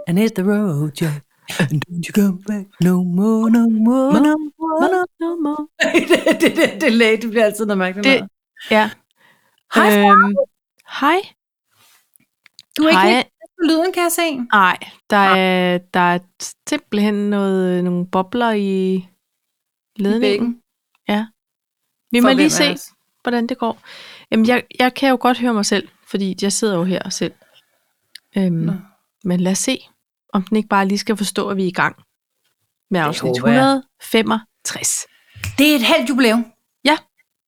and hit the road, Jack. And don't you come back no more, no more, no more, no more. Det lag, det bliver altid noget mærkeligt. Ja. Hej, hej. Du er ikke helt på lyden, kan jeg se. Nej, der er simpelthen nogle bobler i ledningen. Ja. Vi må lige se, hvordan det går. Jamen, jeg kan jo godt høre mig selv, fordi jeg sidder jo her selv. Men lad os se, om den ikke bare lige skal forstå, at vi er i gang med afsnit 165. Det er et halvt jubilæum. Ja.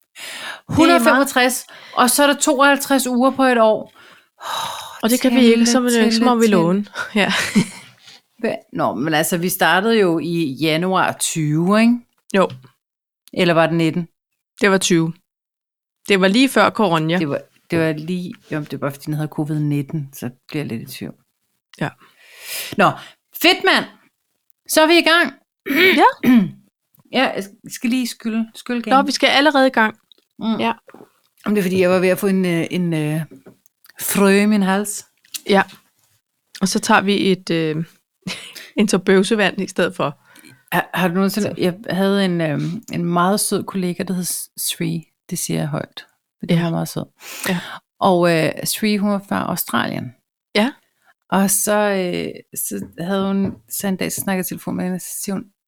165, og så er der 52 uger på et år. Og det kan vi ikke, så må vi låne. Ja. Nå, men altså, vi startede jo i januar 20, ikke? Jo. Eller var det 19? Det var 20. Det var lige før corona. Det var lige, det var fordi den havde covid-19, så bliver jeg lidt i tvivl. Ja. Nå, fedt mand. Så er vi i gang. Ja. Ja, jeg skal lige skylde igen. Nå, vi skal allerede i gang. Ja. Om det er fordi, jeg var ved at få en frø i min hals. Ja. Og så tager vi en tår bøvsevand i stedet for. Har du nogensinde... Jeg havde en meget sød kollega, der hed Sri. Det siger jeg højt. Det er meget sød. Ja. Og Sri, hun var fra Australien. Ja. Og så havde hun... Så en dag, så snakkede jeg i telefon med hende, og så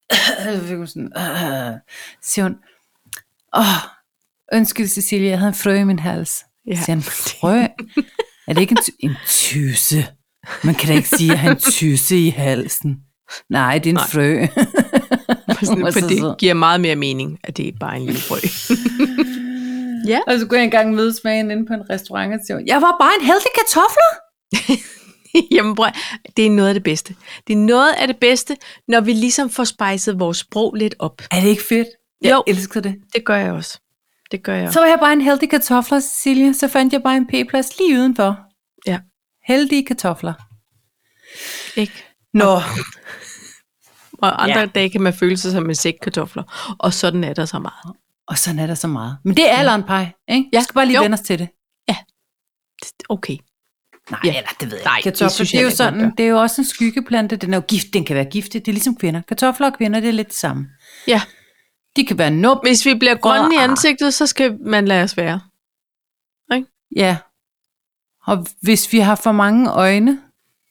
siger hun... undskyld Cecilia, jeg havde en frø i min hals. Ja. Så siger en frø? Er det ikke en tysse? Man kan da ikke sige, at han tysse i halsen. Nej, det er en frø. For det giver meget mere mening, at det er bare en lille frø. Ja. Og så kunne jeg engang mødes med hende inde på en restaurant og sige, jeg var bare en heldig kartofler. Jamen bror, det er noget af det bedste. Det er noget af det bedste, når vi ligesom får spejset vores sprog lidt op. Er det ikke fedt? Jeg elsker det. Det gør jeg også. Så var jeg bare en heldig kartofler, Cecilia. Så fandt jeg bare en p-plads lige udenfor. Ja. Heldige kartofler. Ikke? Nå. Og andre dage kan man føle sig som en sæk kartofler. Og sådan er der så meget. Men det er alderen, Paj, ikke? Jeg skal bare lige vende os til det. Ja. Okay. Nej, eller det ved jeg ikke. Kartofler, det er jo sådan, det er jo også en skyggeplante. Den er jo gift, den kan være giftig. Det er ligesom kvinder. Kartofler og kvinder, det er lidt det samme. Ja. De kan være Hvis vi bliver grønne i ansigtet, så skal man lade os være. Ikke? Ja. Og hvis vi har for mange øjne,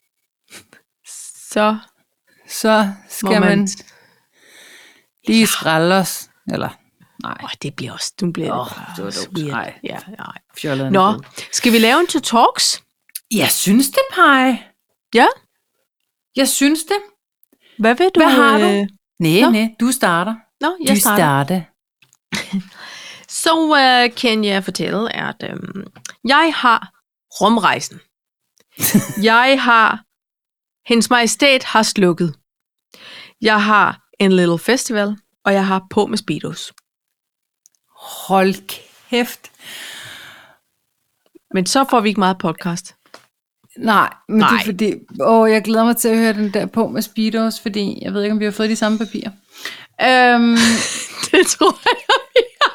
så skal man lige skrælle os. Eller, nej. Det bliver også, det var nej. Ja. Nå, skal vi lave en to talks? Jeg synes det, Paj. Ja? Jeg synes det. Hvad har du? Nej, du starter. Nå, jeg starter. Så kan jeg fortælle, at jeg har rumrejsen. Jeg har Hendes Majestæt har slukket. Jeg har en little festival, og jeg har på med speedos. Hold kæft. Men så får vi ikke meget podcast. Nej, men det er fordi, jeg glæder mig til at høre den der på med speedos, fordi jeg ved ikke, om vi har fået de samme papirer. Det tror jeg, vi har.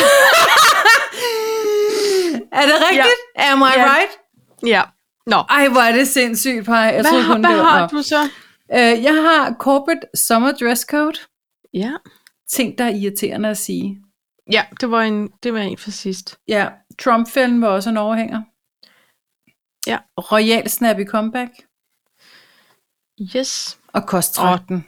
Er det rigtigt? Ja. Am I right? Ja. Nå. Ej, hvor er det sindssygt, Paj. Hvad har du så? Jeg har corporate summer dress code. Ja. Ting, der er irriterende at sige. Ja, det var en for sidst. Ja, Trump-fælden var også en overhænger. Ja. Royal snappy comeback. Yes. Og kosttrakten.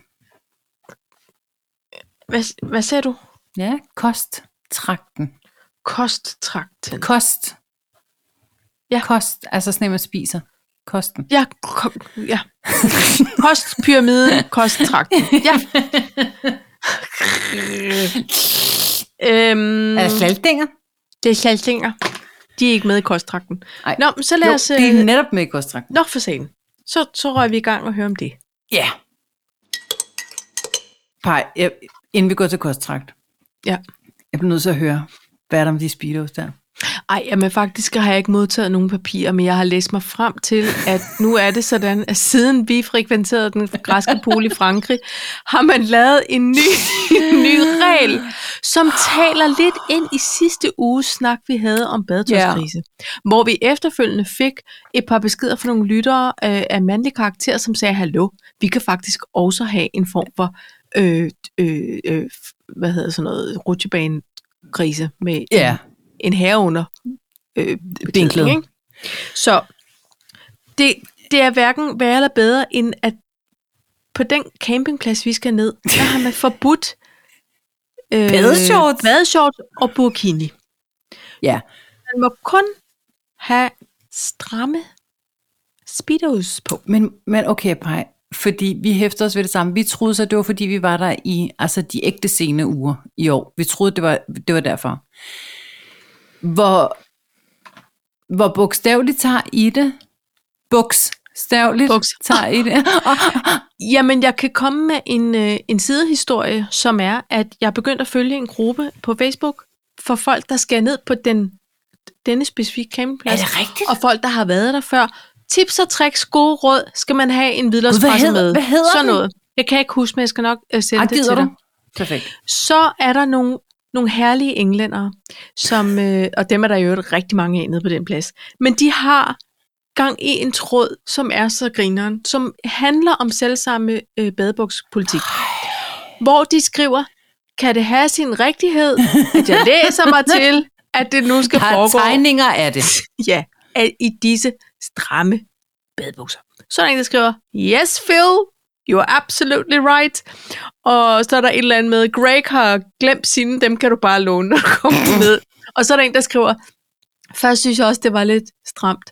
Hvad sagde du? Ja, kosttrakten. Kosttrakten. Kost. Ja. Kost, altså sådan en, man spiser. Kosten. Ja, ja. Kostpyramiden, kosttrakten. Ja. Er det saltdinger? Det er saltdinger. De er ikke med i kosttrakten. Nå, men så lad os... de er netop med i kosttrakten. Nå, for sagen. Så rører vi i gang og hører om det. Ja. Pej, inden vi går til kosttrakt. Ja. Jeg bliver nødt til at høre, hvad er der med de speedos der? Men faktisk har jeg ikke modtaget nogen papirer, men jeg har læst mig frem til, at nu er det sådan, at siden vi frekventerede den græske pol i Frankrig, har man lavet en ny regel, som taler lidt ind i sidste uges snak, vi havde om badetøjskrise. Hvor vi efterfølgende fik et par beskeder fra nogle lyttere af mandlige karakter, som sagde, hallo, vi kan faktisk også have en form for rutsjebanekrise med en herre under vinklet. Ikke? Så det er hverken værre eller bedre, end at på den campingplads, vi skal ned, der har man forbudt badeshorts og burkini. Ja. Man må kun have stramme speedos på. Men okay, Paj, fordi vi hæfter os ved det samme. Vi troede så, det var fordi, vi var der i de ægte sene uger i år. Vi troede, det var derfor. Hvor bogstaveligt tager I det? Tager I det? Jamen, jeg kan komme med en sidehistorie, som er, at jeg er begyndt at følge en gruppe på Facebook for folk, der skal ned på denne specifikke campingplads. Er det rigtigt? Og folk, der har været der før. Tips og tricks, gode råd, skal man have en hvidløgspresse med. Hvad hedder sådan noget. Jeg kan ikke huske, men jeg skal nok sende det til dig. Perfekt. Så er der nogle herlige englændere, som, og dem er der jo rigtig mange af nede på den plads. Men de har gang i en tråd, som er så grineren, som handler om selvsamme badebukspolitik. Hvor de skriver, kan det have sin rigtighed, at jeg læser mig til, at det nu skal foregå. Tegninger af det. Ja, i disse stramme badebukser. Så er der en, der skriver, yes Phil, you are absolutely right. Og så er der et eller andet med, Greg har glemt sine, dem kan du bare låne, når du kommer ned. Og så er der en, der skriver, først synes jeg også, det var lidt stramt.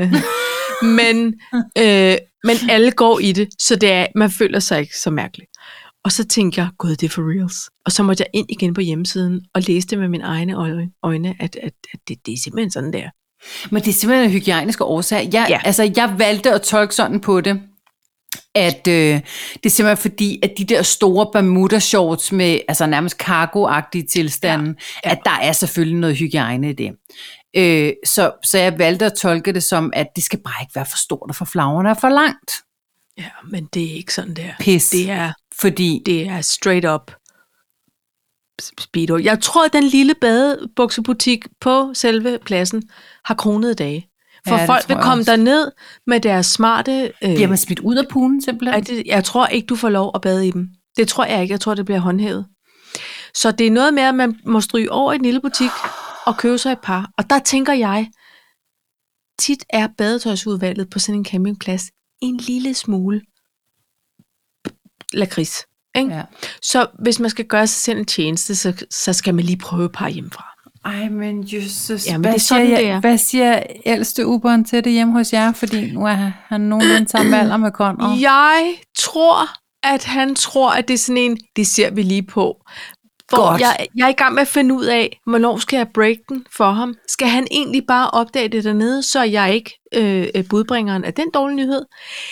men alle går i det, så man føler sig ikke så mærkeligt. Og så tænker jeg, gud, det er for reals. Og så måtte jeg ind igen på hjemmesiden og læse det med mine egne øjne, at det er simpelthen sådan der. Men det er simpelthen en hygiejnisk årsag. Jeg valgte at tolke sådan på det, at det er simpelthen fordi, at de der store Bermuda-shorts med nærmest cargo-agtige tilstande, at der er selvfølgelig noget hygiejne i det. Så jeg valgte at tolke det som, at det skal bare ikke være for stort og for flagrende og for langt. Ja, men det er ikke sådan der. Pis. Det er straight up speedo. Jeg tror, at den lille badebuksebutik på selve pladsen har kronede dage. For folk vil komme derned med deres smarte... Bliver man smidt ud af poolen simpelthen? Jeg tror ikke, du får lov at bade i dem. Det tror jeg ikke. Jeg tror, det bliver håndhævet. Så det er noget med, at man må stryge over i en lille butik og købe sig et par. Og der tænker jeg, tit er badetøjsudvalget på sådan en campingplads en lille smule lakrids. Ja. Så hvis man skal gøre sig selv en tjeneste, så skal man lige prøve et par hjemmefra. Ej, men Jesus. Ja, men hvad siger ældste Uberen til det hjemme hos jer? Fordi nu er han nogenlunde samme alder med Conrad. Jeg tror, at han tror, at det er sådan en, det ser vi lige på. Jeg er i gang med at finde ud af, hvornår skal jeg break den for ham? Skal han egentlig bare opdage det dernede, så jeg ikke budbringeren af den dårlige nyhed?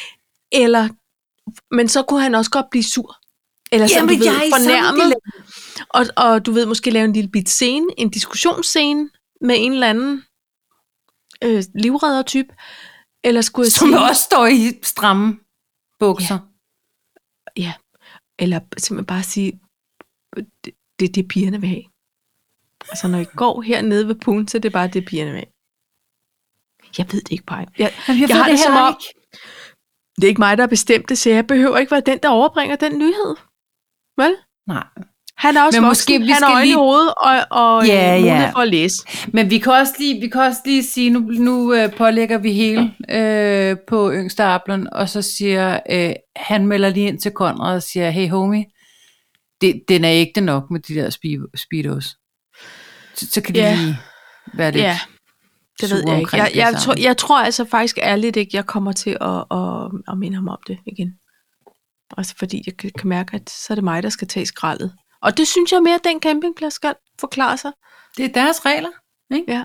Men så kunne han også godt blive sur. Eller så fornærmet. Og du ved, måske lave en lille bit scene, en diskussionsscene med en eller anden livredder-type. Eller skulle jeg som også står i stramme bukser. Ja. Eller simpelthen bare sige, det pigerne vil have. Altså, når I går hernede ved poolen, så er det bare det, pigerne vil have. Jeg ved det ikke, Paj. Jeg har det som om, det er ikke mig, der har bestemt det, så jeg behøver ikke være den, der overbringer den nyhed. Vel? Nej. Han er også voksen, han har øjne i hovedet og mulighed for at læse. Men vi kan også lige sige, nu pålægger vi hele på yngste Ablon, og så siger, han melder lige ind til Conrad og siger, hey homie, den er ægte nok med de der speedos. Så kan de lige være lidt det ved jeg ikke. Jeg tror altså faktisk ærligt ikke, jeg kommer til at minde ham om det igen. Altså fordi jeg kan mærke, at så er det mig, der skal tage skraldet. Og det synes jeg mere, at den campingplads skal forklare sig. Det er deres regler, ikke? Ja.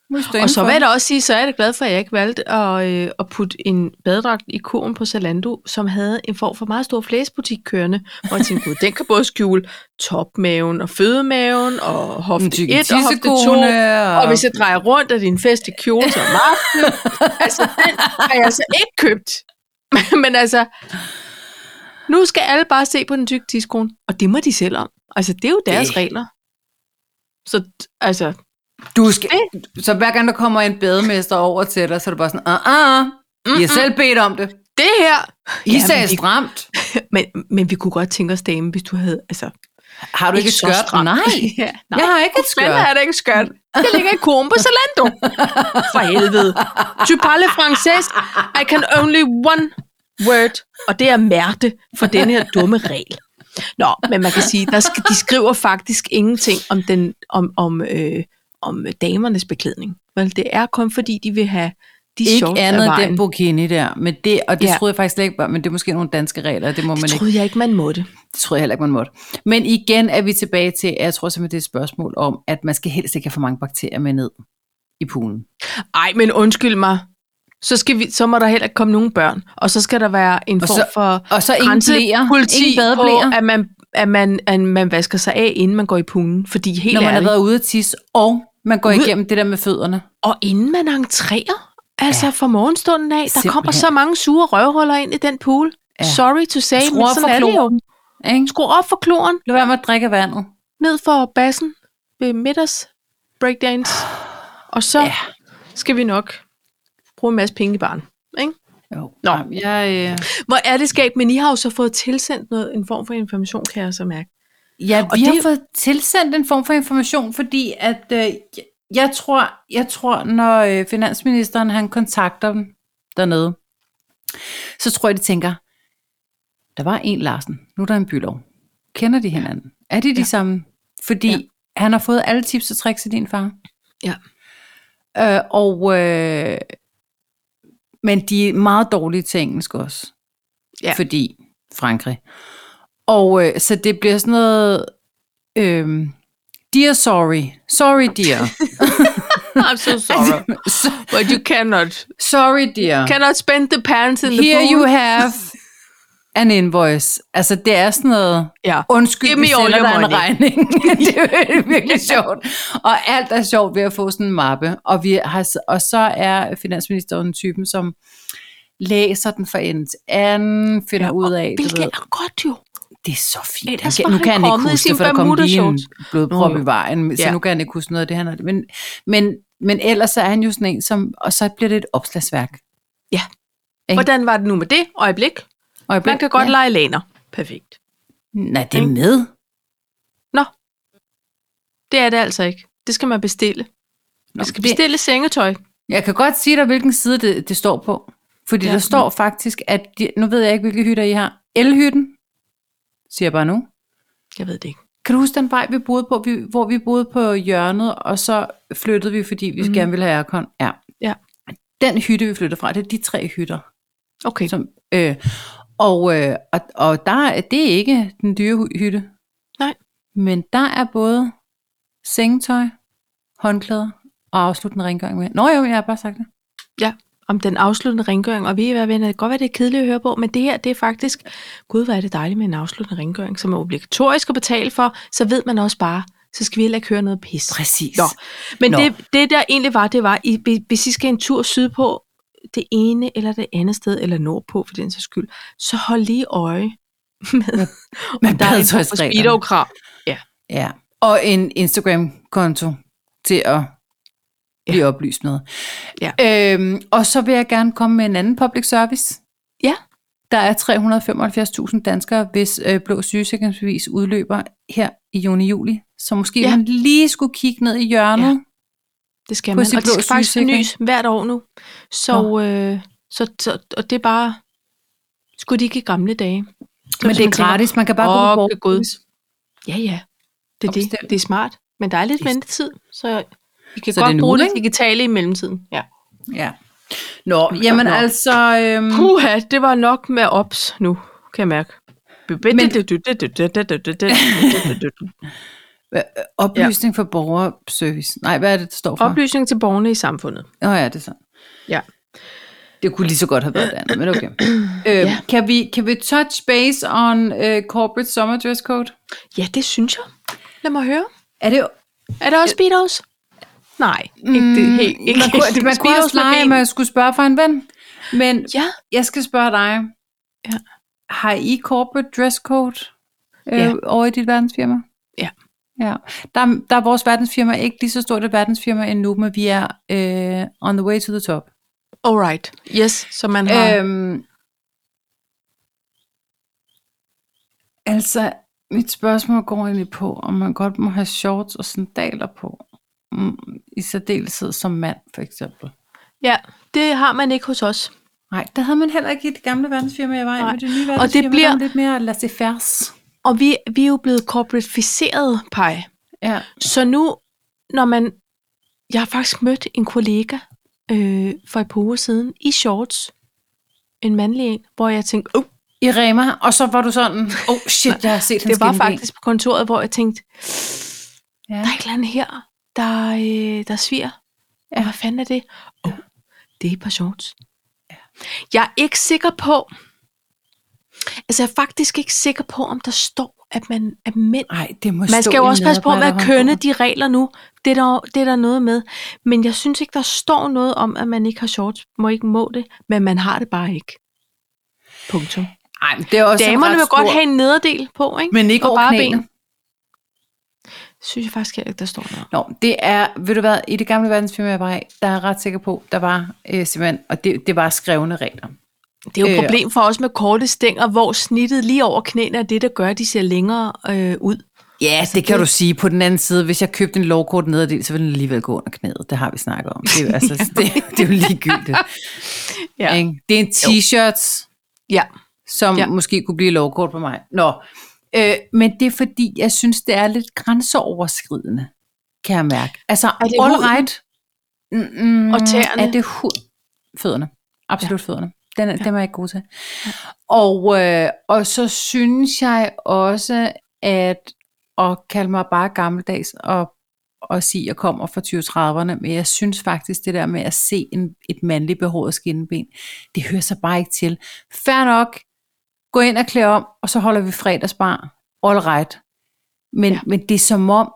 Og så vil jeg da også sige, så er jeg glad for, at jeg ikke valgte at putte en badedragt i kurven på Zalando, som havde en form for meget stor flæsbutik kørende, hvor jeg tænkte, den kan både skjule topmaven og fødemaven, og hofte 1 og hofte 2, og hvis jeg drejer rundt af din fest i kjole som aften, altså den har jeg altså ikke købt. Men altså, nu skal alle bare se på den tykke tidskone, og det må de selv om. Altså, det er jo deres regler. Så altså... Så hver gang der kommer en bademester over til dig, så er det bare sådan, I har selv bedt om det. Det her... I sagde stramt. Men vi kunne godt tænke os, dame, hvis du havde... Altså, har du ikke et skørt? Nej. Nej, jeg har ikke et skørt. Jeg har ikke et skørt. Det ligger i kurven på Zalando. For helvede. Tu parles français, I can only one word, og det er mærte for den her dumme regel. Nå, men man kan sige, de skriver faktisk ingenting om damernes beklædning. Vel, det er kun fordi, de vil have de shorts af vejen. Ikke andet den bikini der. Men det troede jeg faktisk slet ikke, men det er måske nogle danske regler. Det må man troede jeg ikke, man måtte. Det troede jeg heller ikke, man måtte. Men igen er vi tilbage til, at jeg tror simpelthen, det er et spørgsmål om, at man skal helst ikke have for mange bakterier med ned i poolen. Ej, men undskyld mig. Så må der heller ikke komme nogen børn. Og så skal der være en form for og så politi på, at man vasker sig af, inden man går i poolen. Fordi helt når man har været ude at tisse, og man går igennem det der med fødderne. Og inden man entrerer, altså fra morgenstunden af, der kommer så mange sure røvhuller ind i den pool. Ja. Sorry to say, men sådan er det jo. Skru op for kloren. Lad være med at drikke vandet. Ned for bassen ved middags breakdance. Og så skal vi nok bruge en masse penge i barn. Ikke? Jo. Nå. Hvor er det skab, men I har jo så fået tilsendt en form for information, kan jeg så mærke. Ja, vi har fået tilsendt en form for information, fordi at jeg tror, når finansministeren han kontakter dem dernede, så tror jeg, de tænker, der var en Larsen, nu er der en Bülow. Kender de hinanden? Er de samme? Fordi han har fået alle tips og tricks af din far. Ja. Men de er meget dårlige til engelsk også. Ja. Fordi Frankrig. Og så det bliver sådan noget dear sorry dear. I'm so sorry, but you cannot. Sorry dear. Cannot spend the pants in the pool. Here you have an invoice. Altså det er sådan noget, undskyld, vi sender dig en regning. Det er virkelig sjovt. Og alt er sjovt ved at få sådan en mappe. Og så er finansministeren typen, som læser den fra ende til anden, finder ud af. Hvilket er godt jo. Det er så fint. Nu kan han ikke huske det, for der kom lige en blodprop i vejen. Så nu kan han ikke huske noget af det, han har. Men ellers så er han jo sådan en, og så bliver det et opslagsværk. Ja. Hvordan var det nu med det? Øjeblik. Man kan godt lege laner. Perfekt. Nej, det er med. Nå. Det er det altså ikke. Det skal man bestille. Man skal bestille sengetøj. Jeg kan godt sige dig, hvilken side det står på. Fordi der står faktisk, at nu ved jeg ikke, hvilke hytter I har. Elhytten, siger jeg bare nu. Jeg ved det ikke. Kan du huske den vej, vi boede på, hvor vi boede på hjørnet, og så flyttede vi, fordi vi gerne ville have aircon? Ja. Den hytte, vi flyttede fra, det er de 3 hytter. Okay. Og det er ikke den dyre hytte. Nej. Men der er både sengetøj, håndklæder og afsluttende rengøring med. Nå jo, jeg har bare sagt det. Ja, om den afsluttende rengøring. Og vi er venner, det kan godt være, det er kedeligt at høre på, men det her, det er faktisk, gud, hvor er det dejligt med en afsluttende rengøring, som er obligatorisk at betale for, så ved man også bare, så skal vi heller ikke høre noget pis. Præcis. Nå. Men det der egentlig var, det var, hvis I skal en tur sydpå, det ene eller det andet sted, eller nordpå for den sags skyld, så hold lige øje med der er en speedo-krav. Ja. Og en Instagram-konto til at blive oplyst med. Ja. Og så vil jeg gerne komme med en anden public service. Ja. Der er 375.000 danskere, hvis blå sygesikringsbevis udløber her i juni-juli. Så måske man lige skulle kigge ned i hjørnet. Ja. Det skal man. Og det skal faktisk fornyes hvert år nu. Så og det er bare, skulle de ikke i gamle dage. Så men det er gratis, man kan bare gå på god. Ja. Det er smart. Men der er lidt ventetid, så vi kan godt bruge det digitale i mellemtiden. Ja. Nå, jamen altså... Puha, det var nok med ops nu, kan jeg mærke. Oplysning for borgerservice. Nej, hvad er det står for? Oplysning til borgerne i samfundet. Ja, det er sådan. Ja. Det kunne lige så godt have været det andet, men okay. Kan vi touch base on corporate summer dress code? Ja, det synes jeg. Lad mig høre. Er det også Speedos? Nej, ikke det helt. Ikke man kunne også lege, at man skulle spørge for en ven. Men jeg skal spørge dig. Ja. Har I corporate dress code over i dit verdensfirma? Ja. Ja. Der er vores verdensfirma ikke lige så stort et verdensfirma endnu, men vi er on the way to the top. Alright. Yes, så man har... Altså, mit spørgsmål går egentlig på, om man godt må have shorts og sandaler på. I særdeleshed som mand, for eksempel. Ja, det har man ikke hos os. Nej, det havde man heller ikke i det gamle verdensfirma, jeg var i. Men det nye verdensfirma, og det bliver lidt mere laissez-faire. Og vi er jo blevet corporatificeret, Paj. Ja. Så nu, når man... Jeg har faktisk mødt en kollega for et par uger siden i shorts. En mandlig en, hvor jeg tænkte... I Rema, og så var du sådan... shit, jeg har set hans Det var skinben. faktisk på kontoret, hvor jeg tænkte... Der er et eller andet her, der sviger. Ja. Hvad fanden er det? Det er et par shorts. Ja. Jeg er ikke sikker på... Altså, jeg er faktisk ikke sikker på, om der står, at man er mænd. Nej, det må man skal jo også passe på med at kønne de regler nu. Det er der noget med. Men jeg synes ikke, der står noget om, at man ikke har shorts. Må det, men man har det bare ikke. Punktum. Ej, det er også damerne vil godt have en nederdel på, ikke? Men ikke over knæene. Synes jeg faktisk ikke, der står noget. Nå, det er, ved du hvad, i det gamle verdensfirma, jeg var i, der er jeg ret sikker på, der var simpelthen, og det var skrevne regler. Det er jo et problem for os med korte stænger, hvor snittet lige over knæene er det, der gør, at de ser længere ud. Ja, altså, det kan du sige. På den anden side, hvis jeg købte en lovkort nederdel, så ville den alligevel gå under knæet. Det har vi snakket om. Det er jo, altså, det er jo ligegyldigt. Ja. Det er en t-shirt, som måske kunne blive lovkort på mig. Nå, men det er fordi, jeg synes, det er lidt grænseoverskridende, kan jeg mærke. Altså, all right. Og tæerne. Er det fødderne? Absolut fødderne. Den er jeg ikke god til. Ja. Og så synes jeg også, at kalde mig bare gammeldags og sige, at jeg kommer fra 2030'erne, men jeg synes faktisk, det der med at se et mandligt behåret skinneben, det hører sig bare ikke til. Fair nok, gå ind og klæde om, og så holder vi fredagsbar. All right. Men det er som om,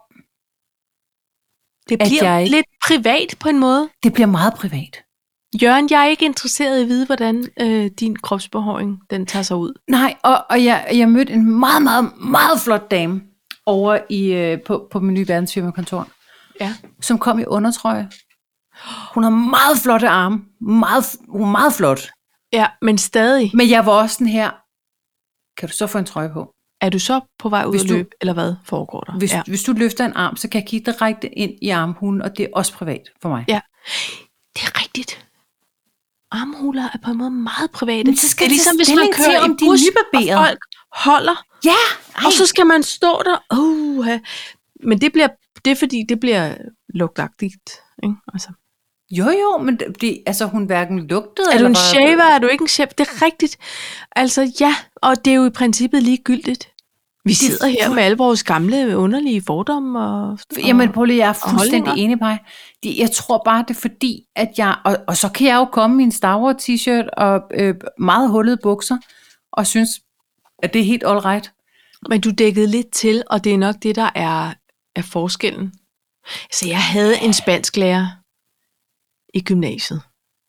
det bliver lidt privat på en måde. Det bliver meget privat. Jørgen, jeg er ikke interesseret i at vide, hvordan din kropsbehåring, den tager sig ud. Nej, og jeg mødte en meget, meget, meget flot dame over på min nye verdensfirmakontor, som kom i undertrøje. Hun har meget flotte arme. Hun er meget flot. Ja, men stadig. Men jeg var også sådan her, kan du så få en trøje på? Er du så på vej ud at løbe, eller hvad foregår der? Hvis du løfter en arm, så kan jeg kigge direkte ind i armhulen, og det er også privat for mig. Ja, det er rigtigt. Armhuler er på en måde meget private. Men så skal det er ligesom, hvis man kører i bus, og folk holder. Ja. Og så skal man stå der. Men det er fordi, det bliver lugtagtigt. Ikke? Altså. Jo, men altså, hun hverken lugtede. Er du en shaver? Er du ikke en shaver? Det er rigtigt. Altså ja, og det er jo i princippet ligegyldigt. Vi sidder her med alle vores gamle, underlige fordomme. Jamen, Polly, jeg er fuldstændig enig på dig. Jeg tror bare, det er fordi, at jeg... Og så kan jeg jo komme i en Star Wars t-shirt og meget hullede bukser, og synes, at det er helt all right. Men du dækkede lidt til, og det er nok det, der er forskellen. Så jeg havde en spansklærer i gymnasiet,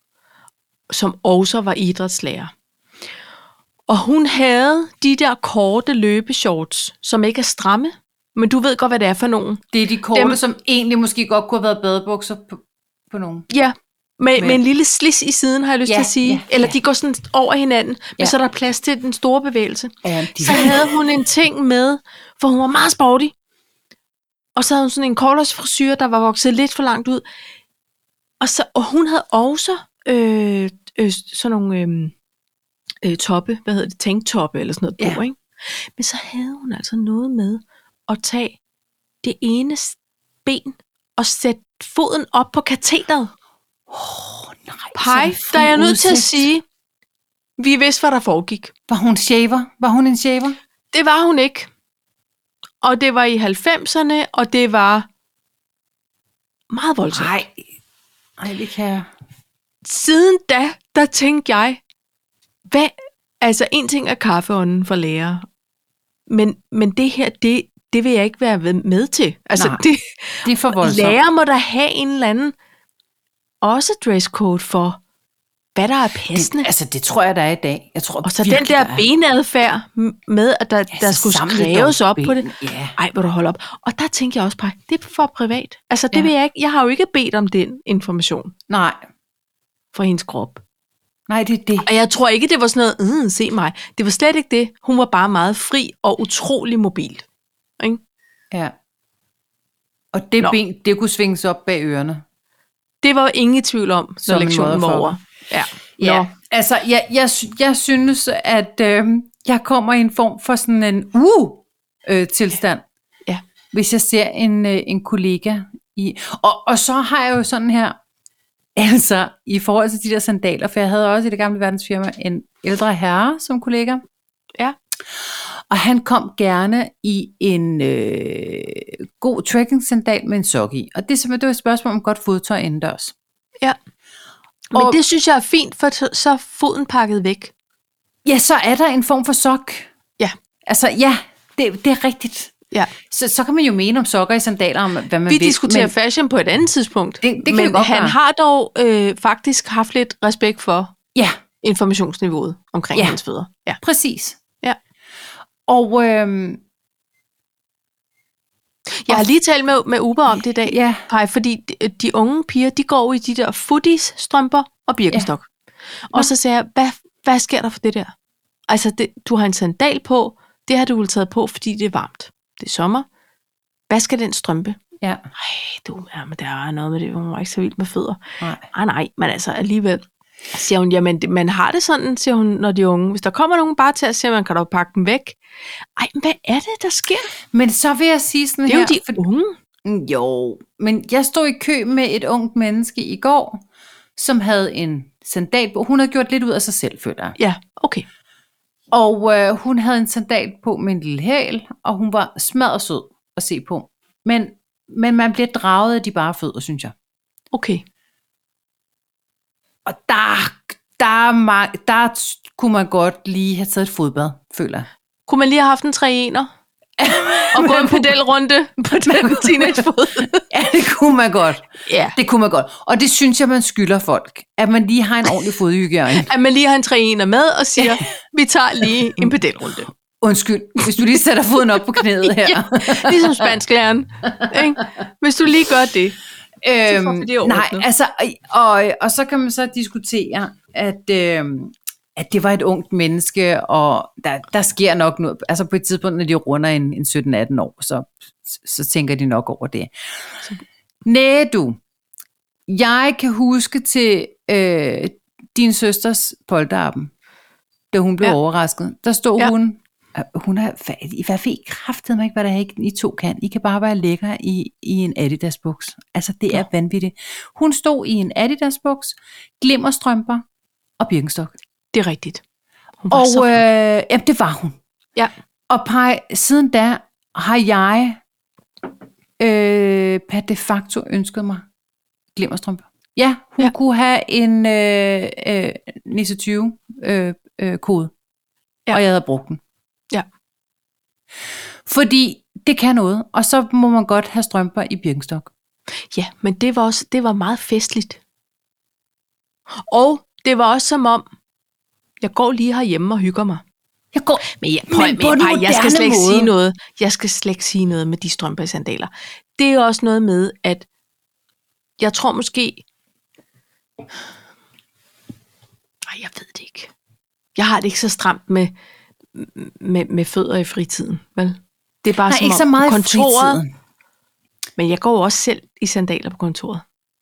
som også var idrætslærer. Og hun havde de der korte løbeshorts, som ikke er stramme, men du ved godt, hvad det er for nogen. Det er de korte, som egentlig måske godt kunne have været badebukser på nogen. Ja, med en lille slis i siden, har jeg lyst til at sige. Eller de går sådan over hinanden, men så er der plads til den store bevægelse. Så havde hun en ting med, for hun var meget sporty. Og så havde hun sådan en kortårsfrisyre, der var vokset lidt for langt ud. Og hun havde også sådan nogle... toppe, tanktoppe eller sådan noget på, ikke? Men så havde hun altså noget med at tage det ene ben og sætte foden op på katedret. Nej. Pej, der er jeg nødt til at sige, vi vidste, hvad der foregik. Var hun shaver? Var hun en shaver? Det var hun ikke. og det var i 90'erne, og det var meget voldsomt. Nej, det kan jeg. Siden da, der tænkte jeg, hvad, altså en ting er kaffeånden for lærer, men det her, det vil jeg ikke være med til. Altså, Nej, det er for voldsomt. Lærer må der have en eller anden også dresscode for, hvad der er passende. Det tror jeg, der er i dag. Jeg tror, og så den der benadfærd med, at der skulle skrives op på det. Ja. Ej, hvor du holde op. Og der tænker jeg også bare, det er for privat. Altså, det vil jeg ikke. Jeg har jo ikke bedt om den information. Nej. For hendes krop. Nej, det er det. Og jeg tror ikke, det var sådan noget, se mig. Det var slet ikke det. Hun var bare meget fri og utrolig mobil. Ikke? Ja. Og det ben, det kunne svinges op bag ørerne. Det var ingen i tvivl om, når lektionen var over. Ja. Altså, jeg synes, at jeg kommer i en form for sådan en tilstand. Ja. Hvis jeg ser en kollega i... Og så har jeg jo sådan her, altså, i forhold til de der sandaler, for jeg havde også i det gamle verdensfirma en ældre herre som kollega. Ja. Og han kom gerne i en god trekking-sandal med en sok i. Og det var et spørgsmål om godt fodtøj indendørs. Ja. Men det synes jeg er fint, for så er foden pakket væk. Ja, så er der en form for sok. Ja. Altså, ja, det er rigtigt. Ja. Så kan man jo mene om sokker i sandaler, om hvad man vil. Vi diskuterer fashion på et andet tidspunkt. Det kan men han har dog faktisk haft lidt respekt for informationsniveauet omkring hans fødder. Ja, præcis. Ja. Og jeg har lige talt med Uber om det i dag, Paj, fordi de unge piger, de går i de der footies-strømper og Birkenstock. Ja. Og så siger jeg, hvad sker der for det der? Altså, du har en sandal på, det har du vel taget på, fordi det er varmt. Det er sommer. Hvad skal den strømpe? Ja. Men der er noget med det, hun var ikke så vild med fødder. Nej, men altså alligevel. Siger hun, jamen man har det sådan, siger hun, når de er unge. Hvis der kommer nogen bare til at sige, man kan da pakke dem væk. Ej, hvad er det, der sker? Men så vil jeg sige sådan her. Det er jo de unge. Jo, men jeg stod i kø med et ungt menneske i går, som havde en sandal på. Hun havde gjort lidt ud af sig selv, føler jeg. Ja, okay. Og hun havde en sandal på med en lille hæl, og hun var smadret sød at se på. Men man bliver draget af de bare fødder, synes jeg. Okay. Og der kunne man godt lige have taget et fodbad, føler jeg. Kunne man lige have haft en 3-1'er? Og gå en pedelrunde på den teenagefod? Ja, det kunne man godt. Ja. Det kunne man godt. Og det synes jeg, man skylder folk. At man lige har en ordentlig fodhygiejne. At man lige har en 3-1'er med og siger, vi tager lige en pedelrunde. Undskyld, hvis du lige sætter foden op på knæet her. Ja, ligesom spansklæreren. Hvis du lige gør det. Nej, altså, og så kan man så diskutere, at det var et ungt menneske, og der sker nok noget, altså på et tidspunkt, når de runder en 17-18 år, så tænker de nok over det. Næh du, jeg kan huske til din søsters polterappen, da hun blev overrasket, der stod hun er i hvert fald kraftedeme ikke, hvad der er I to kan. I kan bare være lækker i en Adidas-buks. Altså, det er vanvittigt. Hun stod i en Adidas-buks, glimmerstrømper og Birkenstock. Det er rigtigt. Jamen, det var hun. Ja. Og siden da har jeg per de facto ønsket mig glimmerstrømper. Ja, hun kunne have en Nisse 20 kode, og jeg havde brugt den. Ja. Fordi det kan noget, og så må man godt have strømper i Birkenstock. Ja, men det var meget festligt. Og det var også som om, jeg går lige herhjemme og hygger mig. Jeg skal slet ikke sige noget. Jeg skal slet ikke sige noget med de strømper i sandaler. Det er også noget med, at jeg tror måske... Nej, jeg ved det ikke. Jeg har det ikke så stramt med fødder i fritiden, vel? Det er bare som ikke om så meget på kontoret. Fritiden. Men jeg går også selv i sandaler på kontoret.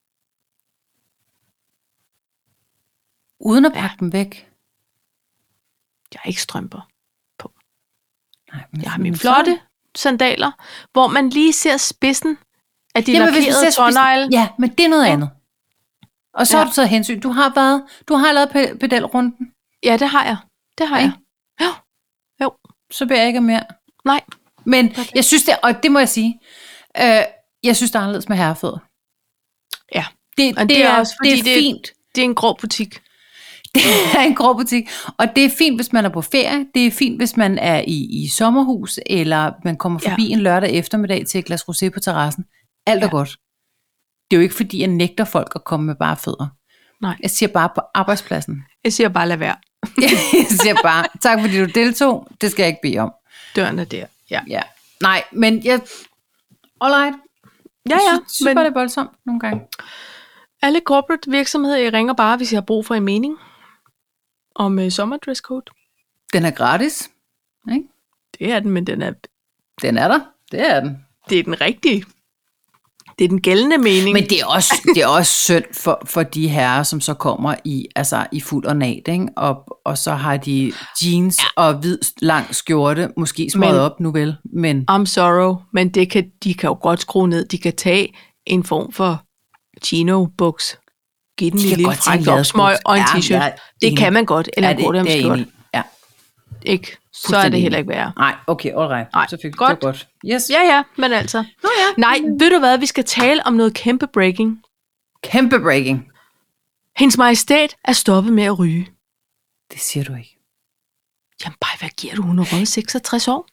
Uden at pakke dem væk. Jeg har ikke strømper på. Nej, jeg har mine flotte sandaler, hvor man lige ser spidsen af de lakerede tånegle. Ja, men det er noget andet. Og så har du taget hensyn. Du har lavet pedelrunden. Ja, det har jeg. Det har jeg. Jo. Så beder jeg ikke mere. Nej. Men jeg synes det, og det må jeg sige, jeg synes, det er anderledes med herrefødder. Ja, det er også, fordi det er fint. Det er en grov butik. Det er en grov butik, og det er fint, hvis man er på ferie. Det er fint, hvis man er i sommerhus, eller man kommer forbi en lørdag eftermiddag til et glas rosé på terrassen. Alt er godt. Det er jo ikke, fordi jeg nægter folk at komme med bare fødder. Nej. Jeg siger bare på arbejdspladsen. Jeg siger bare, lad være. Jeg siger bare, tak fordi du deltog. Det skal jeg ikke bede om. Døren er der. Ja. Nej, men jeg... Alright. Ja. Jeg synes bare, det er voldsomt nogle gange. Alle corporate virksomheder, I ringer bare, hvis I har brug for en mening om sommerdresscode. Den er gratis, ikke? Det er den, men den er... Den er der. Det er den. Det er den rigtige. Det er den gældende mening. Men det er også synd for de herrer, som så kommer i fuld ornat, ikke? Og så har de jeans og hvid lang skjorte, måske smøget op nu vel, men... I'm sorry, men de kan jo godt skrue ned. De kan tage en form for chino-buks, give den en lille fræk opsmøg og en t-shirt. Det kan man godt, eller en kortærmskjort. Ja. Ikke? Så er det heller ikke værre. Nej, okay, alright. Nej, så fik godt. det godt. Yes. Ja, men altså. Nej, ved du hvad, vi skal tale om noget kæmpe breaking. Kæmpe breaking. Hendes Majestæt er stoppet med at ryge. Det siger du ikke. Jamen bare, hvad giver du? Hun er røget 66 år.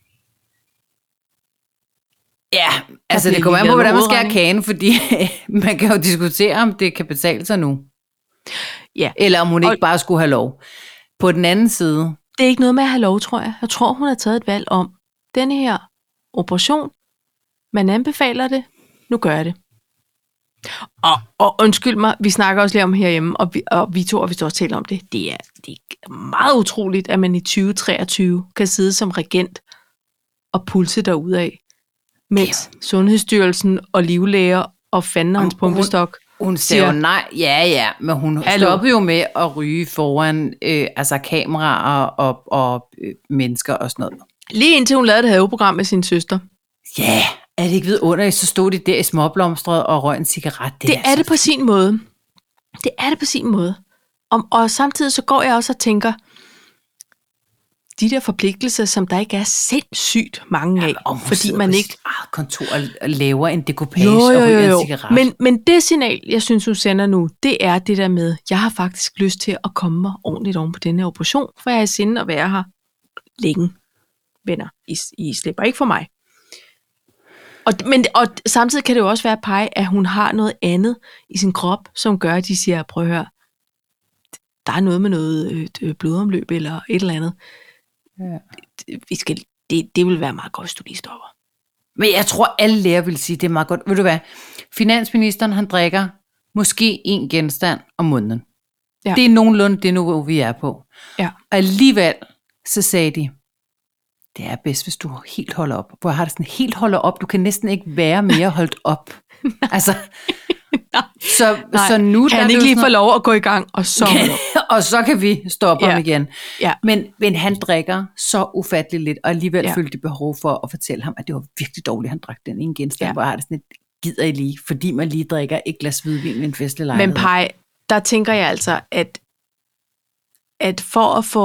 Ja, altså det kommer an på, hvordan man skærer kagen, fordi man kan jo diskutere, om det kan betale sig nu. Ja. Eller om hun ikke bare skulle have lov. På den anden side... Det er ikke noget med at have lov, tror jeg. Jeg tror, hun har taget et valg om, denne her operation, man anbefaler det, nu gør jeg det. Og undskyld mig, vi snakker også lige om herhjemme, og vi står og taler om det. Det er meget utroligt, at man i 2023 kan sidde som regent og pulse derudad, mens Sundhedsstyrelsen og livlæger og fanden hans pumpestok hun siger nej, men hun stoppede jo med at ryge foran kameraer og mennesker og sådan noget. Lige indtil hun lavede det haveprogram med sin søster. Ja, er det ikke vidunderligt, så stod de der i småblomstret og røg en cigaret. Det er det på sin måde. Det er det på sin måde. Og samtidig så går jeg også og tænker, de der forpligtelser, som der ikke er sindssygt mange af, fordi man ikke... kontor og laver en dekopage og ryger en cigaret. Men det signal, jeg synes, hun sender nu, det er det der med, jeg har faktisk lyst til at komme mig ordentligt oven på denne her operation, for jeg er i sinde at være her længe. Venner, I slipper ikke for mig. Og samtidig kan det jo også være at pege, at hun har noget andet i sin krop, som gør, at de siger, prøv at høre, der er noget med noget blodomløb eller et eller andet. Ja. Det vil være meget godt, hvis du lige stopper. Men jeg tror, alle læger vil sige, det er meget godt. Ved du hvad? Finansministeren, han drikker måske en genstand om måneden. Ja. Det er nogenlunde det niveau, vi er på. Ja. Og alligevel, så sagde de, det er bedst, hvis du helt holder op. Hvor jeg har det sådan, helt holder op, du kan næsten ikke være mere holdt op. Altså, så nu... Kan han ikke lige få lov at gå i gang, og så... og så kan vi stoppe ham igen. Ja. Men han drikker så ufatteligt lidt, og alligevel følte de behov for at fortælle ham, at det var virkelig dårligt, han drak den ene genstand, hvor jeg har det sådan et, gider I lige, fordi man lige drikker et glas hvidvin med en festlig lejlighed. Men Paj, der tænker jeg altså, at for at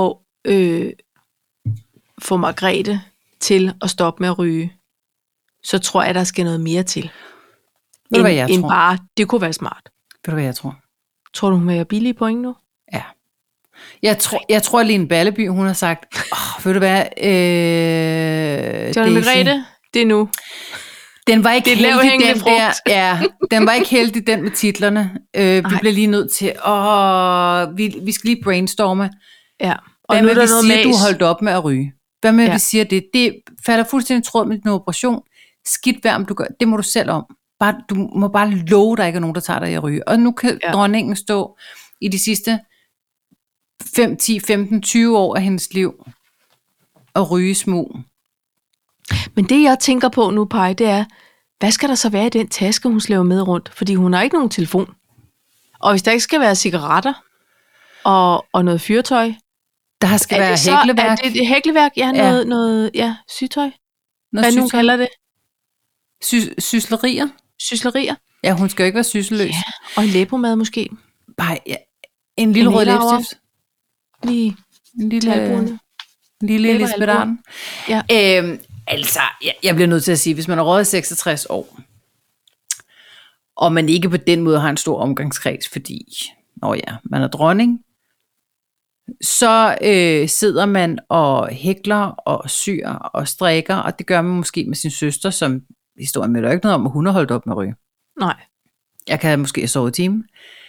få Margrethe til at stoppe med at ryge, så tror jeg, der skal noget mere til. Ved du, hvad jeg tror? Bare, det kunne være smart. Ved du, hvad jeg tror? Tror du, hun vil have billige point nu? Ja. Jeg tror, Lene Balleby, hun har sagt, ved du hvad? John Margrethe, det er nu. Den var ikke heldig, den der. Ja, den var ikke heldig, den med titlerne. Vi bliver lige nødt til, vi skal lige brainstorme. Ja. Og hvad med, vi siger, du holdt op med at ryge? Hvad med, vi siger det? Det falder fuldstændig tråd med din operation. Skidt værd, om du gør. Det må du selv om. Du må bare love, der ikke er nogen, der tager dig i at ryge. Og nu kan dronningen stå i de sidste 5, 10, 15, 20 år af hendes liv og ryge smug. Men det, jeg tænker på nu, Paj, det er, hvad skal der så være i den taske, hun slæver med rundt? Fordi hun har ikke nogen telefon. Og hvis der ikke skal være cigaretter og noget fyrtøj, der skal være hækleværk. Er det hækleværk? Ja, noget sygtøj. Hvad nu kalder det? Syslerier. Syslerier? Ja, hun skal jo ikke være sysseløs. Ja, og en læbomad måske. Bare en lille rød læbstift. Lige en lille Lisbeth Arden. Ja. Altså, jeg bliver nødt til at sige, hvis man er røget 66 år, og man ikke på den måde har en stor omgangskreds, fordi, man er dronning, så sidder man og hækler og syr og strikker, og det gør man måske med sin søster, som historien med ikke noget om, at hun har holdt op med at ryge. Nej. Jeg kan måske sove i timen.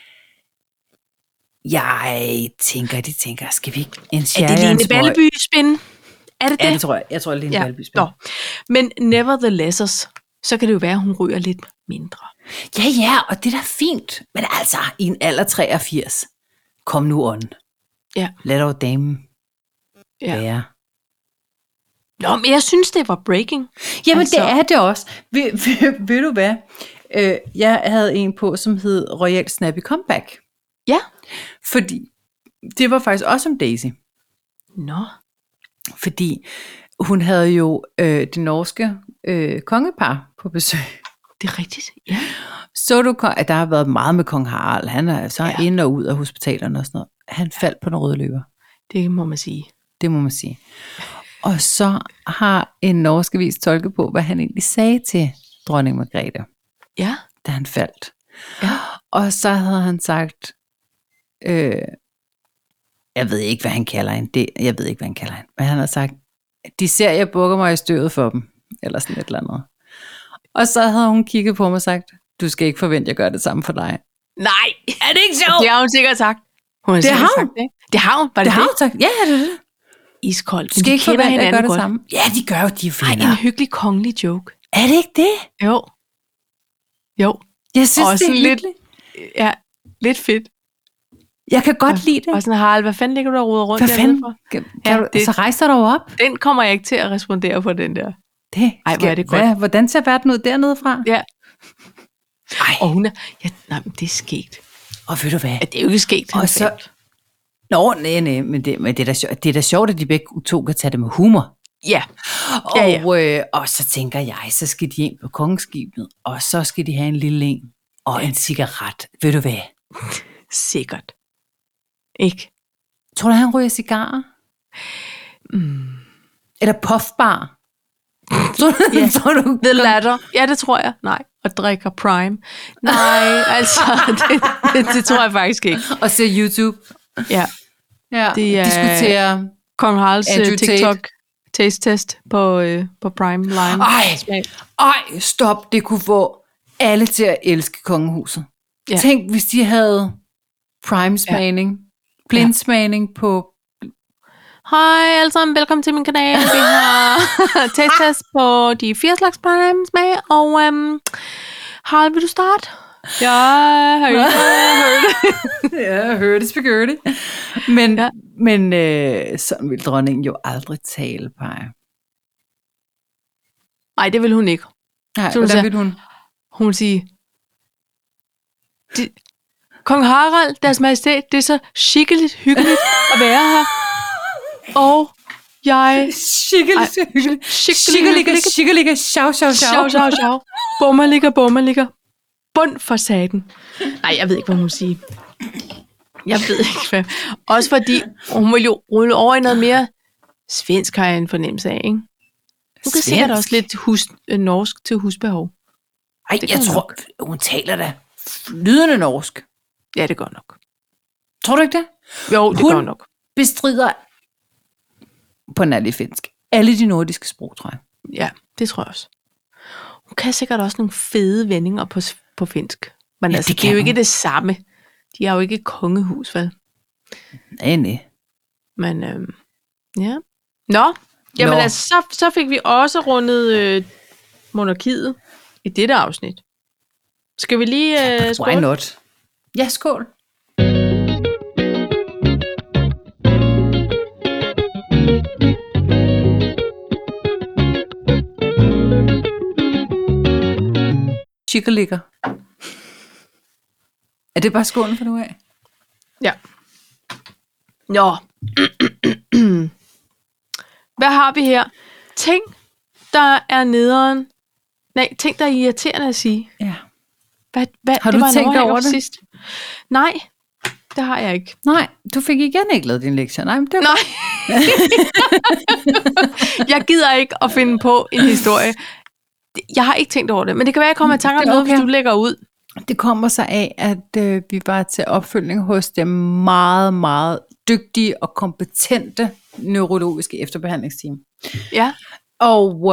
Jeg tænker, skal vi ikke en Er det Line Balleby-spin? Er det det? Ja, det tror jeg. Jeg tror, det er Line Balleby-spin. Men nevertheless, så kan det jo være, at hun ryger lidt mindre. Ja, og det er da fint. Men altså, i en alder 83, kom nu on. Ja. Lad dog damen være. Nå, men jeg synes, det var breaking. Jamen, altså. Det er det også. Ved du hvad? Jeg havde en på, som hed Royal Snappy Comeback. Ja. Fordi det var faktisk også om Daisy. Nå. Fordi hun havde jo det norske kongepar på besøg. Det er rigtigt, ja. Så du, at der har været meget med kong Harald. Han er så ind og ud af hospitalerne og sådan noget. Han faldt på den røde løber. Det må man sige. Det må man sige. Og så har en norsk avis tolket på, hvad han egentlig sagde til dronning Margrethe. Ja. Da han faldt. Ja. Og så havde han sagt, jeg ved ikke, hvad han kalder hende. Men han har sagt, de ser, jeg bukker mig i støvet for dem. Eller sådan et eller andet. Og så havde hun kigget på mig og sagt, du skal ikke forvente, at jeg gør det samme for dig. Nej, er det ikke sjovt? Det har hun sikkert sagt. Det har hun. Det har hun. Det har hun sagt. Ja, det er det. Iskoldt. Du skal ikke forvente, at jeg gør det samme. Ja, de gør jo, de finder. Ej, en hyggelig kongelig joke. Er det ikke det? Jo. Jeg synes, også det er lidt, lidt fedt. Jeg kan godt lide det. Og sådan, Harald, hvad fanden ligger du og roder rundt hvad fanden? Så rejser du op. Den kommer jeg ikke til at respondere på, den der. Ej, hvor er det godt. Hvordan ser verden ud dernede fra? Ja. Ej. Og hun er... Ja, nej, men det er skægt. Og ved du hvad? Ja, det er jo ikke skægt. Og så... Nej, men det er da sjovt, at de begge to kan tage det med humor. Ja. Og så tænker jeg, så skal de ind på kongeskibet, og så skal de have en lille en og en cigaret. Ved du hvad? Sikkert. Ikke? Tror du, han ryger cigarer? Eller puffbar? Tror du? The latter. Ja, det tror jeg. Nej. Og drikker Prime. Nej, altså, det tror jeg faktisk ikke. Og ser YouTube. Ja. Det er diskuterer Kong Haralds TikTok taste-test på Prime Line. Ej, stop. Det kunne få alle til at elske kongehuset. Ja. Tænk, hvis de havde Prime-smagning, blindsmagning på... Hej alle sammen, velkommen til min kanal. Vi har taste-test på de 4 slags Prime-smag, og Harald, vil du starte? Ja, hørte spaghetti. Men sådan vil dronningen jo aldrig tale, Paj. Nej, det vil hun ikke. Nej, hvordan vil hun? Hun vil sige, Kong Harald, deres majestæt, det er så skikkeligt hyggeligt at være her. Og jeg... Skikkeligge, sjov. Bummerligger. Bund for saten. Nej, jeg ved ikke, hvad hun siger. Jeg ved ikke, hvad. Også fordi, hun vil jo rulle over i noget mere svensk, har jeg en fornemmelse af, ikke? Hun kan sikkert også lidt norsk til husbehov. Ej, jeg tror, hun taler da flydende norsk. Ja, det gør nok. Tror du ikke det? Jo, det gør nok. Bestrider på nærlig finsk alle de nordiske sprog, tror jeg. Ja, det tror jeg også. Hun kan sikkert også nogle fede vendinger på finsk. Men altså, det er jo ikke det samme. De er jo ikke et kongehus, vel? Nej. Men, ja. Jamen altså, så fik vi også rundet monarkiet i dette afsnit. Skal vi lige skåle? Why not? Ja, skål. Chikkelikker. Er det bare skålen for nu af? Ja. Nå. Hvad har vi her? Ting, der er nederen. Nej, ting, der er irriterende at sige. Ja. Hvad, har du tænkt over det? Sidst. Nej. det har jeg ikke. Nej, du fik igen ikke lavet din lektie. Nej, men det var... Nej. Jeg gider ikke at finde på en historie. Jeg har ikke tænkt over det, men det kan være, jeg kommer i tanke om noget, hvis du lægger ud. Det kommer så af, at vi var til opfølgning hos det meget, meget dygtige og kompetente neurologiske efterbehandlingsteam. Ja. Og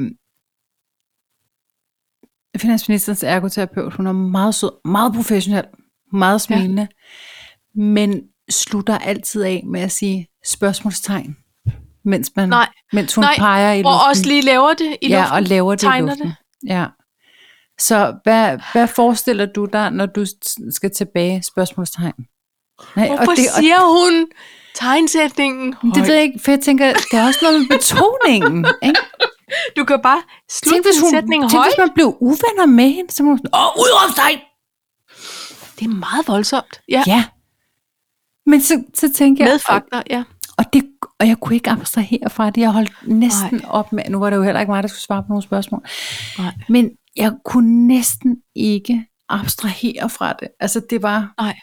finansministerens ergoterapeut, hun er meget sød, meget professionel, meget smilende, men slutter altid af med at sige spørgsmålstegn, mens hun peger i luften. Og også lige laver det i luften. Ja, og laver det i luften. Det. Ja. Så hvad forestiller du dig, når du skal tilbage? Spørgsmålstegn. Nej, hvorfor siger hun tegnsætningen højt? Det ved jeg ikke, for jeg tænker, det er også noget med betoningen. Ikke? Du kan bare slutte sætningen højt. Hvis man blev uvenner med hende, så må man sådan, udråbstegn! Det er meget voldsomt. Ja. Men så tænker jeg... Med fakta, ja. Og jeg kunne ikke abstrahere fra det. Jeg holdt næsten op med... Nu var det jo heller ikke mig, der skulle svare på nogle spørgsmål. Nej. Men jeg kunne næsten ikke abstrahere fra det. Altså, det var... Nej.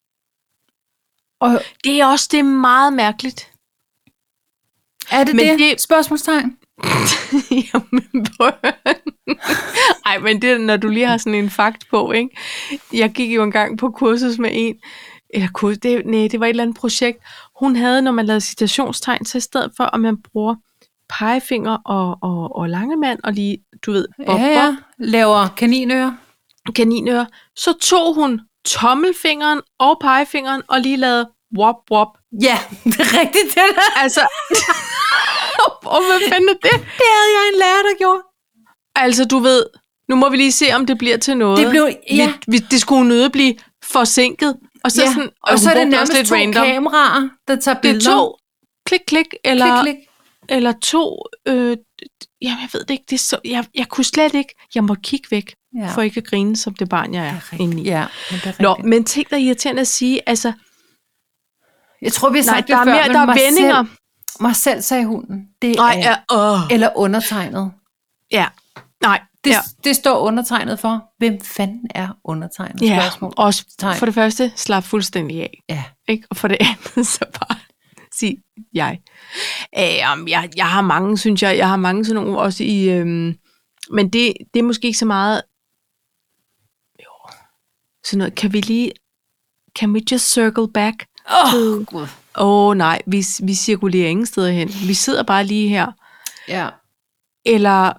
Og det er også det meget mærkeligt. Er det spørgsmålstegn? Jamen, ej, men det når du lige har sådan en fakt på, ikke? Jeg gik jo engang på kursus med en, det var et eller andet projekt. Hun havde, når man lavede citationstegn, så i stedet for, at man bruger pegefinger og langemand, og lige, du ved, bob, laver kaninører, så tog hun tommelfingeren og pegefingeren, og lige lavede wop wop. Ja, det er rigtigt det der. Altså, og hvad fanden er det? Det havde jeg en lærer, der gjorde. Altså, du ved, nu må vi lige se, om det bliver til noget. Det blev, det skulle nøde blive forsinket. Og så, sådan, og så er det nærmest 2 kameraer, der tager billeder. Det er 2 klik, eller, klik. Eller 2, jamen jeg ved det ikke, det er så, jeg kunne slet ikke, jeg må kigge væk, for ikke at grine som det barn, jeg er inde i. Ja, men det er Nå, men ting, der er irriterende at sige, altså, jeg tror, vi har sagt det før, der er vendinger. Marcel sagde hunden. Det er, eller undertegnet. Ja, nej. Det står undertegnet for. Hvem fanden er undertegnet? Ja, også for det første, slap fuldstændig af. Ja. Ikke? Og for det andet, så bare sig jeg. Jeg har mange, synes jeg. Jeg har mange sådan nogle også i... men det er måske ikke så meget... Jo. Sådan noget, can we just circle back? Nej, vi cirkulerer ingen steder hen. Vi sidder bare lige her. Ja. Eller...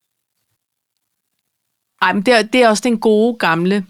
Ej, men det er også den gode gamle.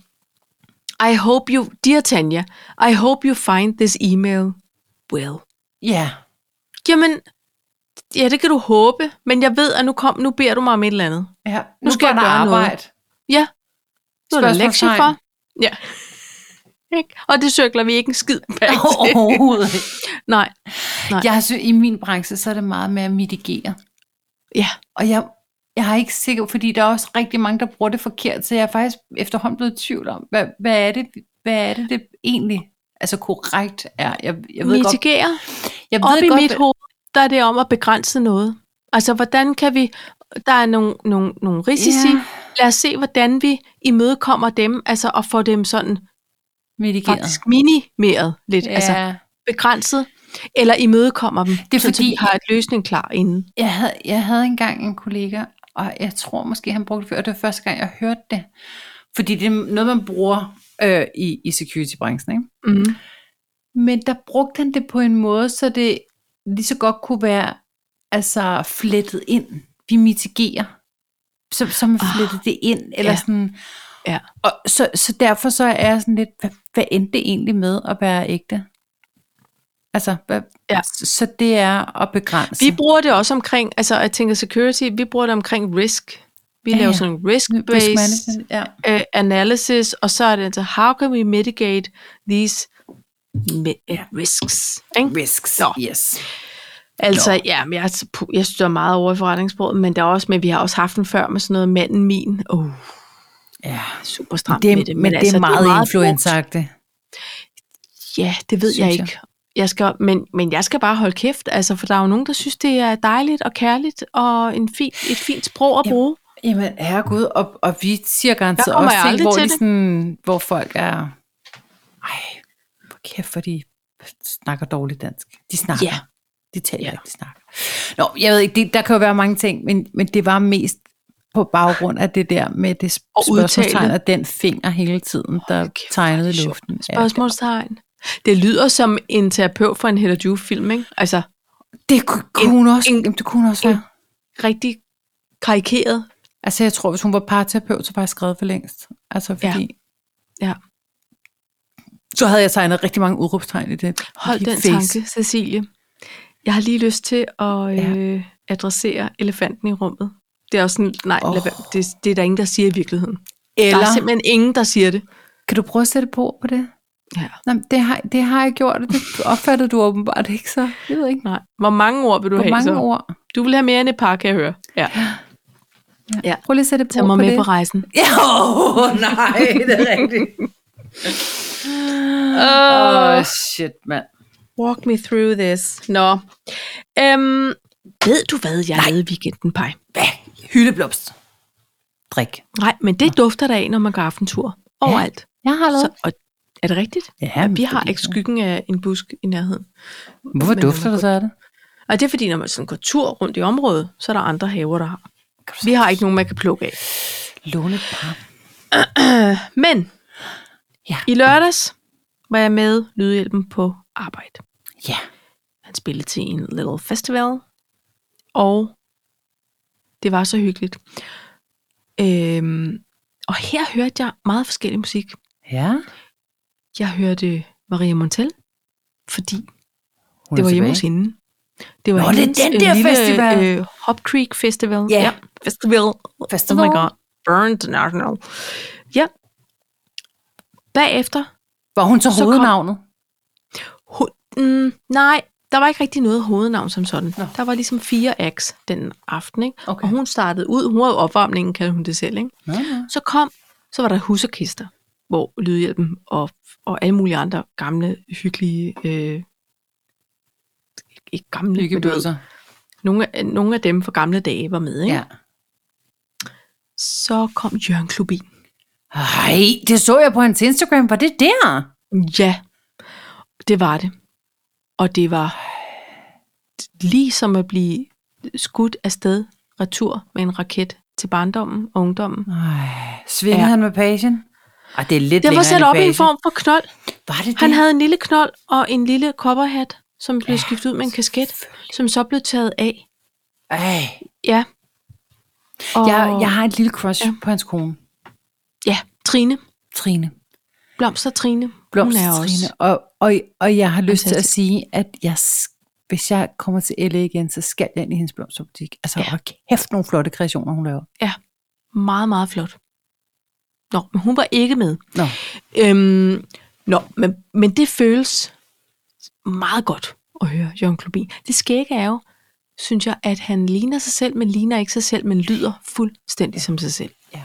Dear Tanya, I hope you find this email well. Ja. Jamen, ja, det kan du håbe, men jeg ved, at nu beder du mig om et eller andet. Ja, nu skal jeg gøre arbejde. Noget. Ja, nu er der lektie for. Ja. Ikke? Og det cirkler vi ikke en skid bag til. Overhovedet ikke. Nej. Jeg synes, i min branche, så er det meget med at mitigere. Ja. Og jeg er ikke sikker, fordi der er også rigtig mange, der bruger det forkert, så jeg er faktisk efterhånden blevet i tvivl om, hvad er det egentlig altså korrekt er. Jeg ved mitigere? Godt, jeg ved op godt, i mit hoved, der er det om at begrænse noget. Altså, hvordan kan vi... Der er nogle risici. Ja. Lad os se, hvordan vi imødekommer dem, altså at få dem sådan... mitigeret. Faktisk minimeret lidt. Ja. Altså, begrænset. Eller imødekommer dem, det er fordi, så vi har et løsning klar inden. Jeg havde engang en kollega, og jeg tror måske, han brugte det før, og det var første gang, jeg hørte det. Fordi det er noget, man bruger i security-branchen, ikke? Mm. Men der brugte han det på en måde, så det lige så godt kunne være altså flettet ind. Vi mitigerer. Så man flettet det ind, eller sådan. Ja. Og så derfor så er jeg sådan lidt, hvad endte det egentlig med at være ægte? Altså, så det er at begrænse. Vi bruger det også omkring, altså jeg tænker security, vi bruger det omkring risk. Vi laver sådan en risk-based analysis, og så er det altså, how can we mitigate these risks? Ikke? Risks, yes. Altså, ja, men jeg synes, der er meget over i forretningssproget, men der er også med, vi har også haft den før med sådan noget manden min. Ja, super stramt med det. Men det altså, er meget influenceragtigt. Ja, det ved jeg ikke. Men jeg skal bare holde kæft, altså, for der er jo nogen, der synes, det er dejligt og kærligt, og et fint sprog at bruge. Jamen, herregud, og vi siger garanteret også ting, hvor folk er, kæft, for de snakker dårligt dansk. De snakker. Ja. De taler ikke, de snakker. Nå, jeg ved ikke, der kan jo være mange ting, men det var mest på baggrund af det der med det spørgsmålstegn og den finger hele tiden, der tegnede i luften. Spørgsmålstegn. Det lyder som en terapeut for en Hella Juf-film, ikke? Altså, det kunne også være. Rigtig karikeret. Altså, jeg tror, hvis hun var parterapeut, så var jeg skrevet for længst. Altså, fordi... Ja. Så havde jeg tegnet rigtig mange udråbstegn i det. Hold den tanke, Cecilie. Jeg har lige lyst til at adressere elefanten i rummet. Det er også sådan, det er der ingen, der siger i virkeligheden. Der er simpelthen ingen, der siger det. Kan du prøve at sætte på det? Ja. Nå, det har jeg gjort, og det opfattede du åbenbart ikke, så jeg ved ikke. Nej. Hvor mange ord vil du have så? Hvor mange ord? Du vil have mere end et par, kan jeg høre. Ja. Prøv lige at sætte på. Tag mig med på rejsen. Nej, det er rigtigt. Shit, mand. Walk me through this. Nå. Ved du, hvad jeg lavede i weekenden, Paj? Hvad? Hyldeblomst. Drik. Nej, men det dufter der af, når man går aftentur. Overalt. Jeg har lavet. Og er det rigtigt? Ja, vi har ikke skyggen af en busk i nærheden. Hvorfor dufter det så af det? Og det er fordi, når man sådan går tur rundt i området, så er der andre haver, der har. Vi har ikke nogen, man kan plukke af. Låne et par. Men i lørdags var jeg med Lydhjælpen på arbejde. Ja. Han spillede til en little festival, og det var så hyggeligt. Og her hørte jeg meget forskellig musik. Ja. Jeg hørte Maria Montell, fordi det var hjemme hos hende. Det var det er den der lille, festival. Hop Creek Festival. Ja. Festival. Festival. Oh my god. Burn International. Ja. Bagefter. Var hun så hovednavnet? Nej, der var ikke rigtig noget hovednavn som sådan. Der var ligesom 4 acts den aften, ikke? Okay. Og hun startede ud. Hun var jo opvarmningen, kaldte hun det selv, ikke? Så var der husorkester, hvor Lydhjælpen og alle mulige andre gamle, hyggelige... ikke gamle, hyggebøsser. Nogle af dem fra gamle dage var med, ikke? Ja. Så kom Jørgen Klubin. Ej, det så jeg på hans Instagram. Var det der? Ja, det var det. Og det var lige som at blive skudt afsted retur med en raket til barndommen og ungdommen. Svingede han med pagen? Det er lidt det var sat op i en form for knold. Var det det? Han havde en lille knold og en lille kopperhat, som blev skiftet ud med en kasket, som så blev taget af. Ja. Og jeg har et lille crush på hans kone. Ja, Trine. Blomster Trine. Og jeg har lyst til at sige, at hvis jeg kommer til LA igen, så skal jeg ind i hendes blomsterbutik. Altså, hold kæft, nogle flotte kreationer, hun laver. Ja, meget, meget flot. Nå, men hun var ikke med. Men det føles meget godt at høre Jørgen Klubin. Det skægge er jo, synes jeg, at han ligner sig selv, men ligner ikke sig selv, men lyder fuldstændig som sig selv. Ja.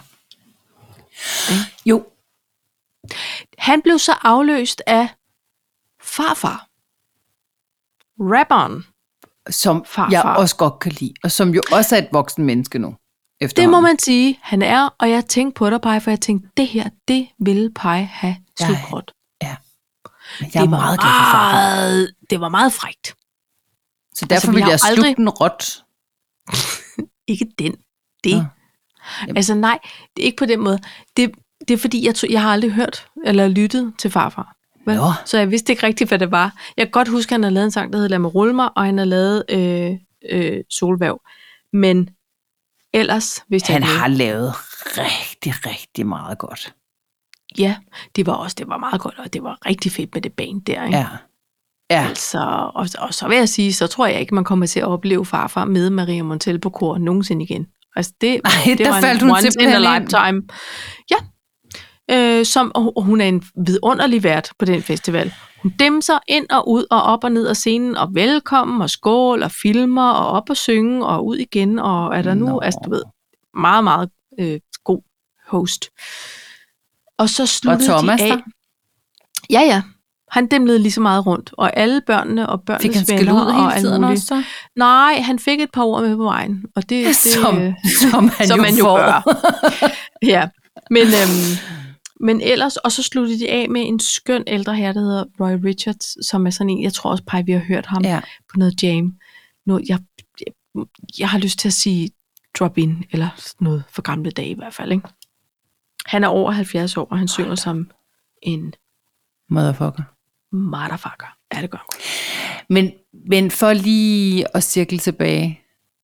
Jo. Han blev så afløst af farfar. Rapperen. Som farfar. Jeg også godt kan lide, og som jo også er et voksen menneske nu. Det må man sige, han er, og jeg tænkte på dig, Paj, for jeg tænkte, det her, det ville Paj have slutråd. Ja. Men jeg er meget glad for farfar. Det var meget frækt. Så derfor vil jeg slukke den råt. Ikke den. Det. Altså nej, det er ikke på den måde. Det er fordi, jeg har aldrig hørt eller lyttet til farfar. Så jeg vidste ikke rigtigt, hvad det var. Jeg kan godt huske, at han har lavet en sang, der hedder Lad mig rulle mig, og han har lavet Solvæv. Men ellers vidste jeg ikke. Han har lavet rigtig, rigtig meget godt. Ja, det var meget godt, og det var rigtig fedt med det band der, ikke? Ja. Altså, og så vil jeg sige, så tror jeg ikke, man kommer til at opleve farfar med Maria Montell på kor nogensinde igen. Altså, det var en once in a lifetime. Ja. Og hun er en vidunderlig vært på den festival. Hun dæmser ind og ud og op og ned af scenen, og velkommen og skål og filmer og op og synge og ud igen, og er der nu, altså du ved, meget, meget god host. Og så sluttede Thomas de af. Ja. Han dæmlede lige så meget rundt, og alle børnene og børnenes venner og alt muligt. Også? Nej, han fik et par ord med på vejen, og det som man jo gør. Ja, Men ellers, og så sluttede de af med en skøn ældre herre, der hedder Roy Richards, som er sådan en, jeg tror også, Paj, vi har hørt ham på noget jam. Nu, jeg har lyst til at sige drop in, eller noget for gamle dage i hvert fald, ikke? Han er over 70 år, og han synger som en motherfucker. Ja, det gør han. Men for lige at cirkle tilbage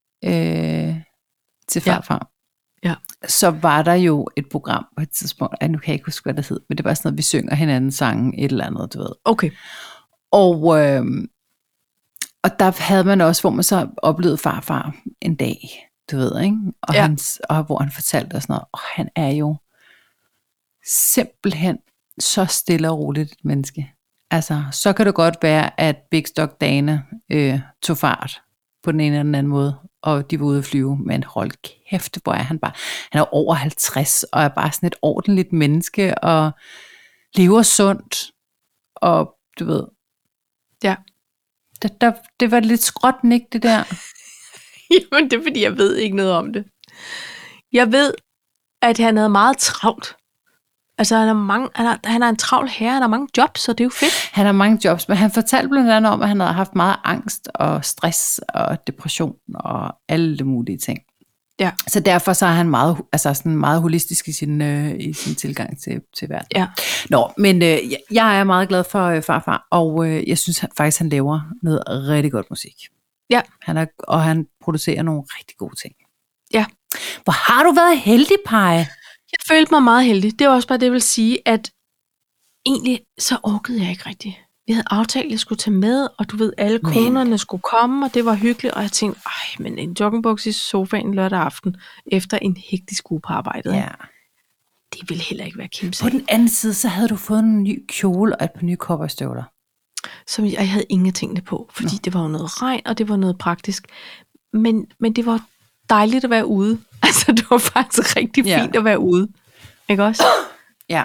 til farfar, så var der jo et program på et tidspunkt, nu kan jeg ikke huske, hvad det hed, men det var sådan noget, vi synger hinanden sange, et eller andet, du ved. Okay. Og der havde man også, hvor man så oplevede farfar en dag, du ved, ikke? Og hvor han fortalte os noget, og han er jo simpelthen så stille og roligt et menneske. Altså, så kan det godt være, at Big Stock Dana tog fart på den ene eller den anden måde, og de var ude at flyve, men hold kæft, hvor er han bare. Han er over 50, og er bare sådan et ordentligt menneske, og lever sundt, og du ved. Ja. Det var lidt skråt, ikke, det der? Jamen, det er fordi, jeg ved ikke noget om det. Jeg ved, at han havde meget travlt. Altså, han er en travl herre, han har mange jobs, så det er jo fedt. Han har mange jobs, men han fortalte blandt andet om, at han havde haft meget angst og stress og depression og alle de mulige ting. Ja. Så derfor så er han meget holistisk i sin tilgang til verden. Ja. Nå, men jeg er meget glad for farfar, og jeg synes faktisk, han laver noget rigtig godt musik. Ja. Han producerer nogle rigtig gode ting. Ja. Hvor har du været heldig, Paj? Jeg følte mig meget heldig. Det var også bare det, jeg vil sige, at egentlig så orkede jeg ikke rigtigt. Vi havde aftalt, at jeg skulle tage med, og du ved, alle konerne skulle komme, og det var hyggeligt, og jeg tænkte, men en joggingbuks i sofaen lørdag aften, efter en hektisk uge på arbejdet. Ja. Det ville heller ikke være kæmpe. På den anden side, så havde du fået en ny kjole og et par nye cowboystøvler. Som jeg havde ingen af tingene på, fordi det var jo noget regn, og det var noget praktisk. Men det var dejligt at være ude. Altså, det var faktisk rigtig fint at være ude. Ikke også? Ja.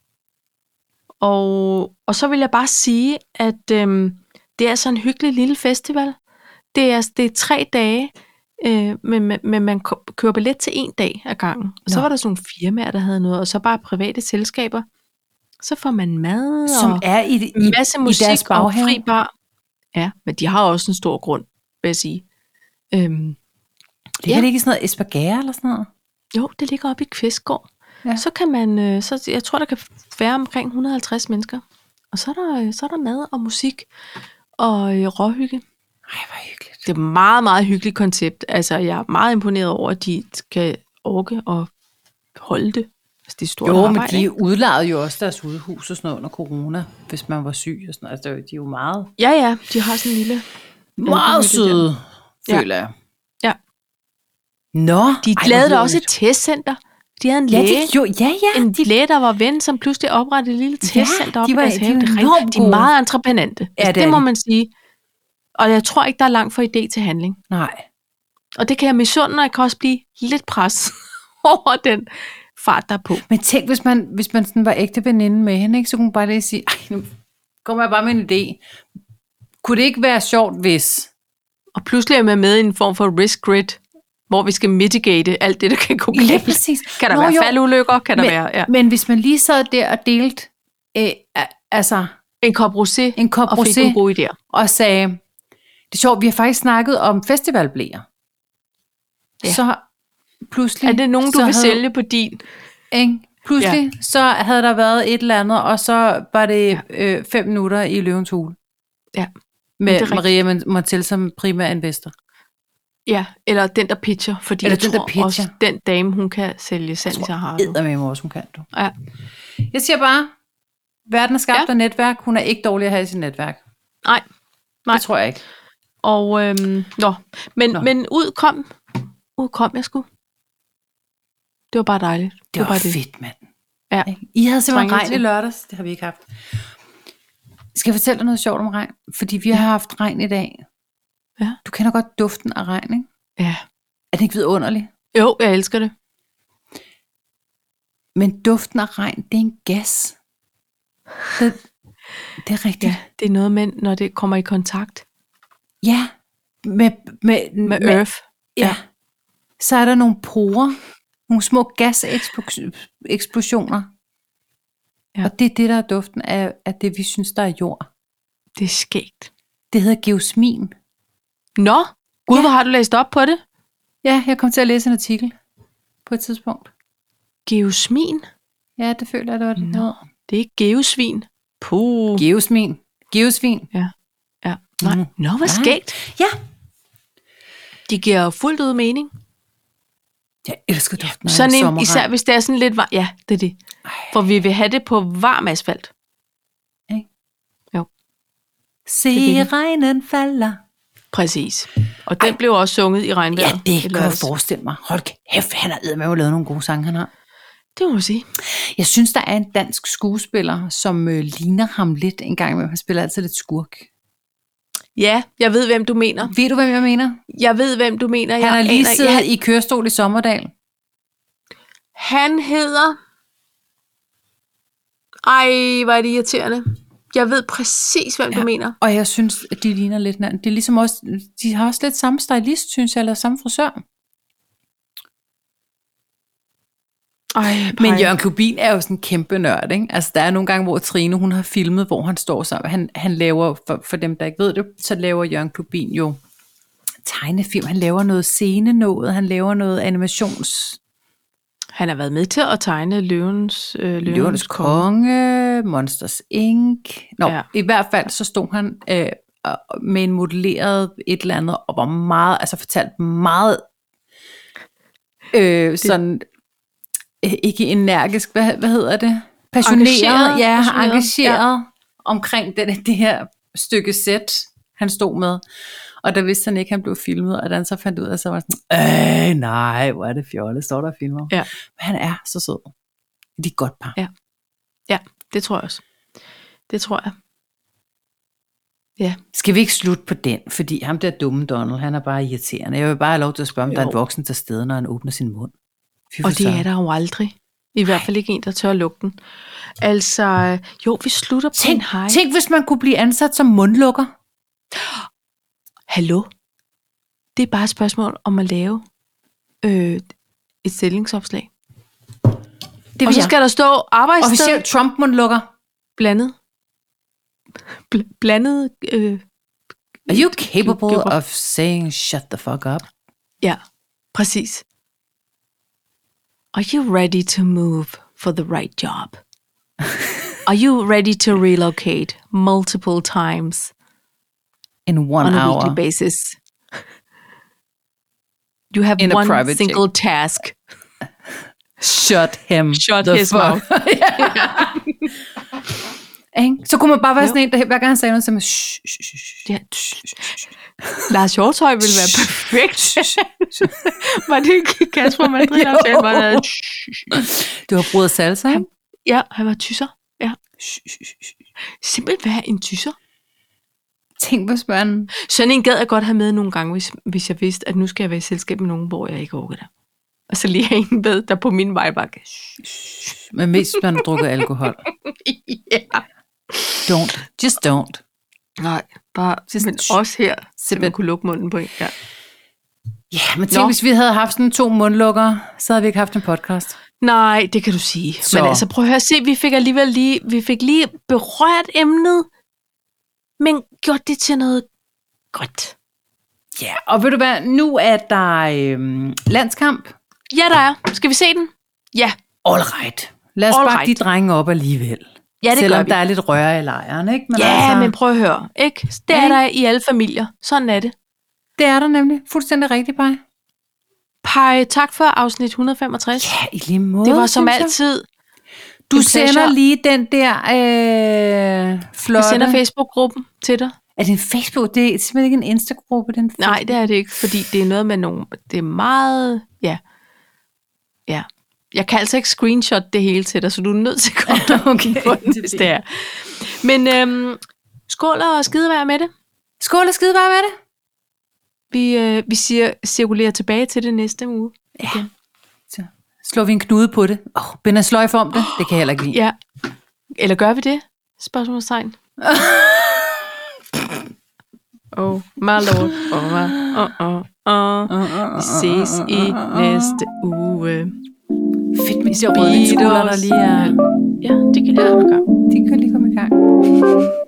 Og så vil jeg bare sige, at det er så en hyggelig lille festival. Det er 3 dage, men man kører billet til 1 dag ad gangen. Og så var der sådan nogle firmaer, der havde noget, og så bare private selskaber. Så får man mad som og er i masse musik deres og fri bar. Ja, men de har også en stor grund, vil jeg sige. Ligger det ikke i sådan noget Espergærde eller sådan noget? Jo, det ligger oppe i Kvistgård. Ja. Så kan man, jeg tror, der kan være omkring 150 mennesker. Og så er der mad og musik og råhygge. Ej, hvor hyggeligt. Det er et meget, meget hyggeligt koncept. Altså, jeg er meget imponeret over, at de kan orke og holde det. Altså, det er stort arbejde, men de udlejede jo også deres udehus og sådan noget under corona, hvis man var syg og sådan noget. Altså, de er jo meget... Ja, de har sådan en lille... Meget søde, føler jeg. Ja. Nå. De lavede der også et testcenter. De havde en læge. En læge, der var ven, som pludselig oprettede et lille testcenter op i deres have. De er meget entreprenante. Ja, det må man sige. Og jeg tror ikke, der er langt fra idé til handling. Nej. Og det kan jeg misunde, og jeg kan også blive lidt pres over den fart, der er på. Men tænk, hvis man sådan var ægte veninde med hende, ikke, så kunne man bare lige sige, nu kommer jeg bare med en idé. Kunne det ikke være sjovt, hvis... Og pludselig er man med i en form for risk grid, hvor vi skal mitigate alt det, der kan gå galt. Ja, præcis. Kan der være faldulykker? Kan der være... Ja. Men hvis man lige sad der og delte en kop rosé og fik en god idé. Og sagde, det er sjovt, vi har faktisk snakket om festivalblæer. Ja. Så pludselig... Er det nogen, du vil sælge på din? Ikke? Pludselig, så havde der været et eller andet, og så var det 5 minutter i Løvens Hule. Ja. Med Maria Montel som primær investor. Ja, eller den, der pitcher, fordi jeg tror også, den dame, hun kan sælge sand i Sahara. Jeg tror med også, hun kan, du. Ja. Jeg siger bare, verden er skabt af netværk. Hun er ikke dårlig at have i sit netværk. Nej. Det tror jeg ikke. Og, men ud kom jeg sgu. Det var bare dejligt. Det var fedt, mand. Ja. I havde simpelthen regn i lørdags. Det har vi ikke haft. Skal jeg fortælle dig noget sjovt om regn? Fordi vi har haft regn i dag. Ja. Du kender godt duften af regn, ikke? Ja. Er det ikke vidunderligt? Jo, jeg elsker det. Men duften af regn, det er en gas. Det er rigtigt. Ja, det er noget med, når det kommer i kontakt. Ja. Med earth. Ja. Så er der nogle porer. Nogle små gaseksplosioner. Ja. Og det er det, der er duften af det, vi synes, der er jord. Det er skægt. Det hedder geosmin. Nå, gud, hvor har du læst op på det? Ja, jeg kom til at læse en artikel på et tidspunkt. Geosmin? Ja, det føler jeg, det var det. Nå, det er ikke geosvin. Puh. Geosmin. Geosvin. Ja. Nej. Nå, hvor skægt. Ja. De giver fuldt ud mening. Jeg elsker duften af sådan en, sommerregn. især hvis det er sådan lidt varmt. Ja, det er det. For vi vil have det på varm asfalt. Ikke? Jo. Se, regnen falder. Præcis. Og den blev også sunget i regnvejret. Ja, det kan jeg forestille mig. Hold kæft, han har eddermame lavet nogle gode sange, han har. Det må man sige. Jeg synes, der er en dansk skuespiller, som ligner ham lidt en gang imellem. Han spiller altid lidt skurk. Ja, jeg ved, hvem du mener. Ved du, hvem jeg mener? Jeg ved, hvem du mener. Han har lige siddet i kørestol i Sommerdal. Han hedder... Ej, hvor er det irriterende. Jeg ved præcis, hvem du mener. Og jeg synes, at de ligner lidt... Det er ligesom også... De har også lidt samme stylist, synes jeg, eller samme frisør. Men Jørgen Klubin er jo sådan en kæmpe nørd, ikke? Altså, der er nogle gange, hvor Trine, hun har filmet, hvor han står sammen. Han laver, for dem, der ikke ved det, så laver Jørgen Klubin jo tegnefilm. Han laver noget scenenået, han laver noget animations... Han har været med til at tegne Løvens Konge, Monsters Inc. I hvert fald så stod han med en modelleret et eller andet, og var meget, altså fortalt meget sådan... Ikke energisk, hvad hedder det? Passioneret, engageret omkring det her stykke sæt, han stod med. Og der vidste han ikke, han blev filmet, og da han så fandt ud af, så var sådan, nej, hvor er det fjollet, står der og filmer. Ja. Men han er så sød. De er et godt par. Ja, det tror jeg også. Det tror jeg. Ja. Skal vi ikke slutte på den? Fordi ham der dumme Donald, han er bare irriterende. Jeg vil bare have lov til at spørge, om der er en voksen til stede, når han åbner sin mund. Og det er der jo aldrig. I hvert fald ikke en, der tør lukke den. Altså, jo, vi slutter på en hej. Tænk, hvis man kunne blive ansat som mundlukker. Hallo? Det er bare et spørgsmål om at lave et stillingsopslag. Og så skal der stå arbejdssted. Officielt Trump-mundlukker. Blandet. Blandet. Are you capable of saying shut the fuck up? Ja, præcis. Are you ready to move for the right job? Are you ready to relocate multiple times in 1 hour on a weekly basis? You have in one single task. Shut his mouth. Så kunne man bare være sådan en, der hver gang han sagde noget, så man Lars Hjortøj ville være perfekt. Var det ikke Kasper Madrid? Du har brugt salsa, ikke? Ja, han var tysser. Ja. Simpelthen være en tysser. Tænk på spørgen. Sådan en gad jeg godt have med nogle gange, hvis jeg vidste, at nu skal jeg være i selskab med nogen, hvor jeg ikke orker det. Og så lige have en med, der på min vejbakke. Men mest, man har drukket alkohol. Ja. Just don't. Nej, bare men også her, så man kunne lukke munden på en. Ja, men tænk, hvis vi havde haft sådan 2 mundlukker, så havde vi ikke haft en podcast. Nej, det kan du sige. Så. Men altså, prøv at høre, se, vi fik lige berørt emnet, men gjort det til noget godt. Ja, og ved du hvad, nu er der landskamp. Ja, der er. Skal vi se den? Ja. All right. Lad os bakke de drenge op alligevel. Ja, det selvom gør vi. Der er lidt røre i lejren, ikke? Men altså, men prøv at høre, ikke? Det er der i alle familier. Sådan er det. Det er der nemlig. Fuldstændig rigtigt, Paj. Paj, tak for afsnit 165. Ja, i lige måde. Det var som altid. Du sender lige den der flotte... Jeg sender Facebook-gruppen til dig. Er det en Facebook? Det er simpelthen ikke en Insta-gruppe? Nej, det er det ikke, fordi det er noget med nogle... Det er meget... Ja. Jeg kan altså ikke screenshot det hele til dig, så du er nødt til at komme på den, hvis det er. Men skål og skidevejr med det. Skål og skidevejr med det. Vi cirkulerer tilbage til det næste uge. Ja. Så slår vi en knude på det. Binder sløjf om det. Det kan jeg heller ikke lide. Ja. Eller gør vi det? Spørgsmålstegn. Oh my lord. Vi ses i næste uge. Fedt med de rødvinsskuldre, der lige er... Ja, det kan lige komme i gang. De kan lige komme i gang.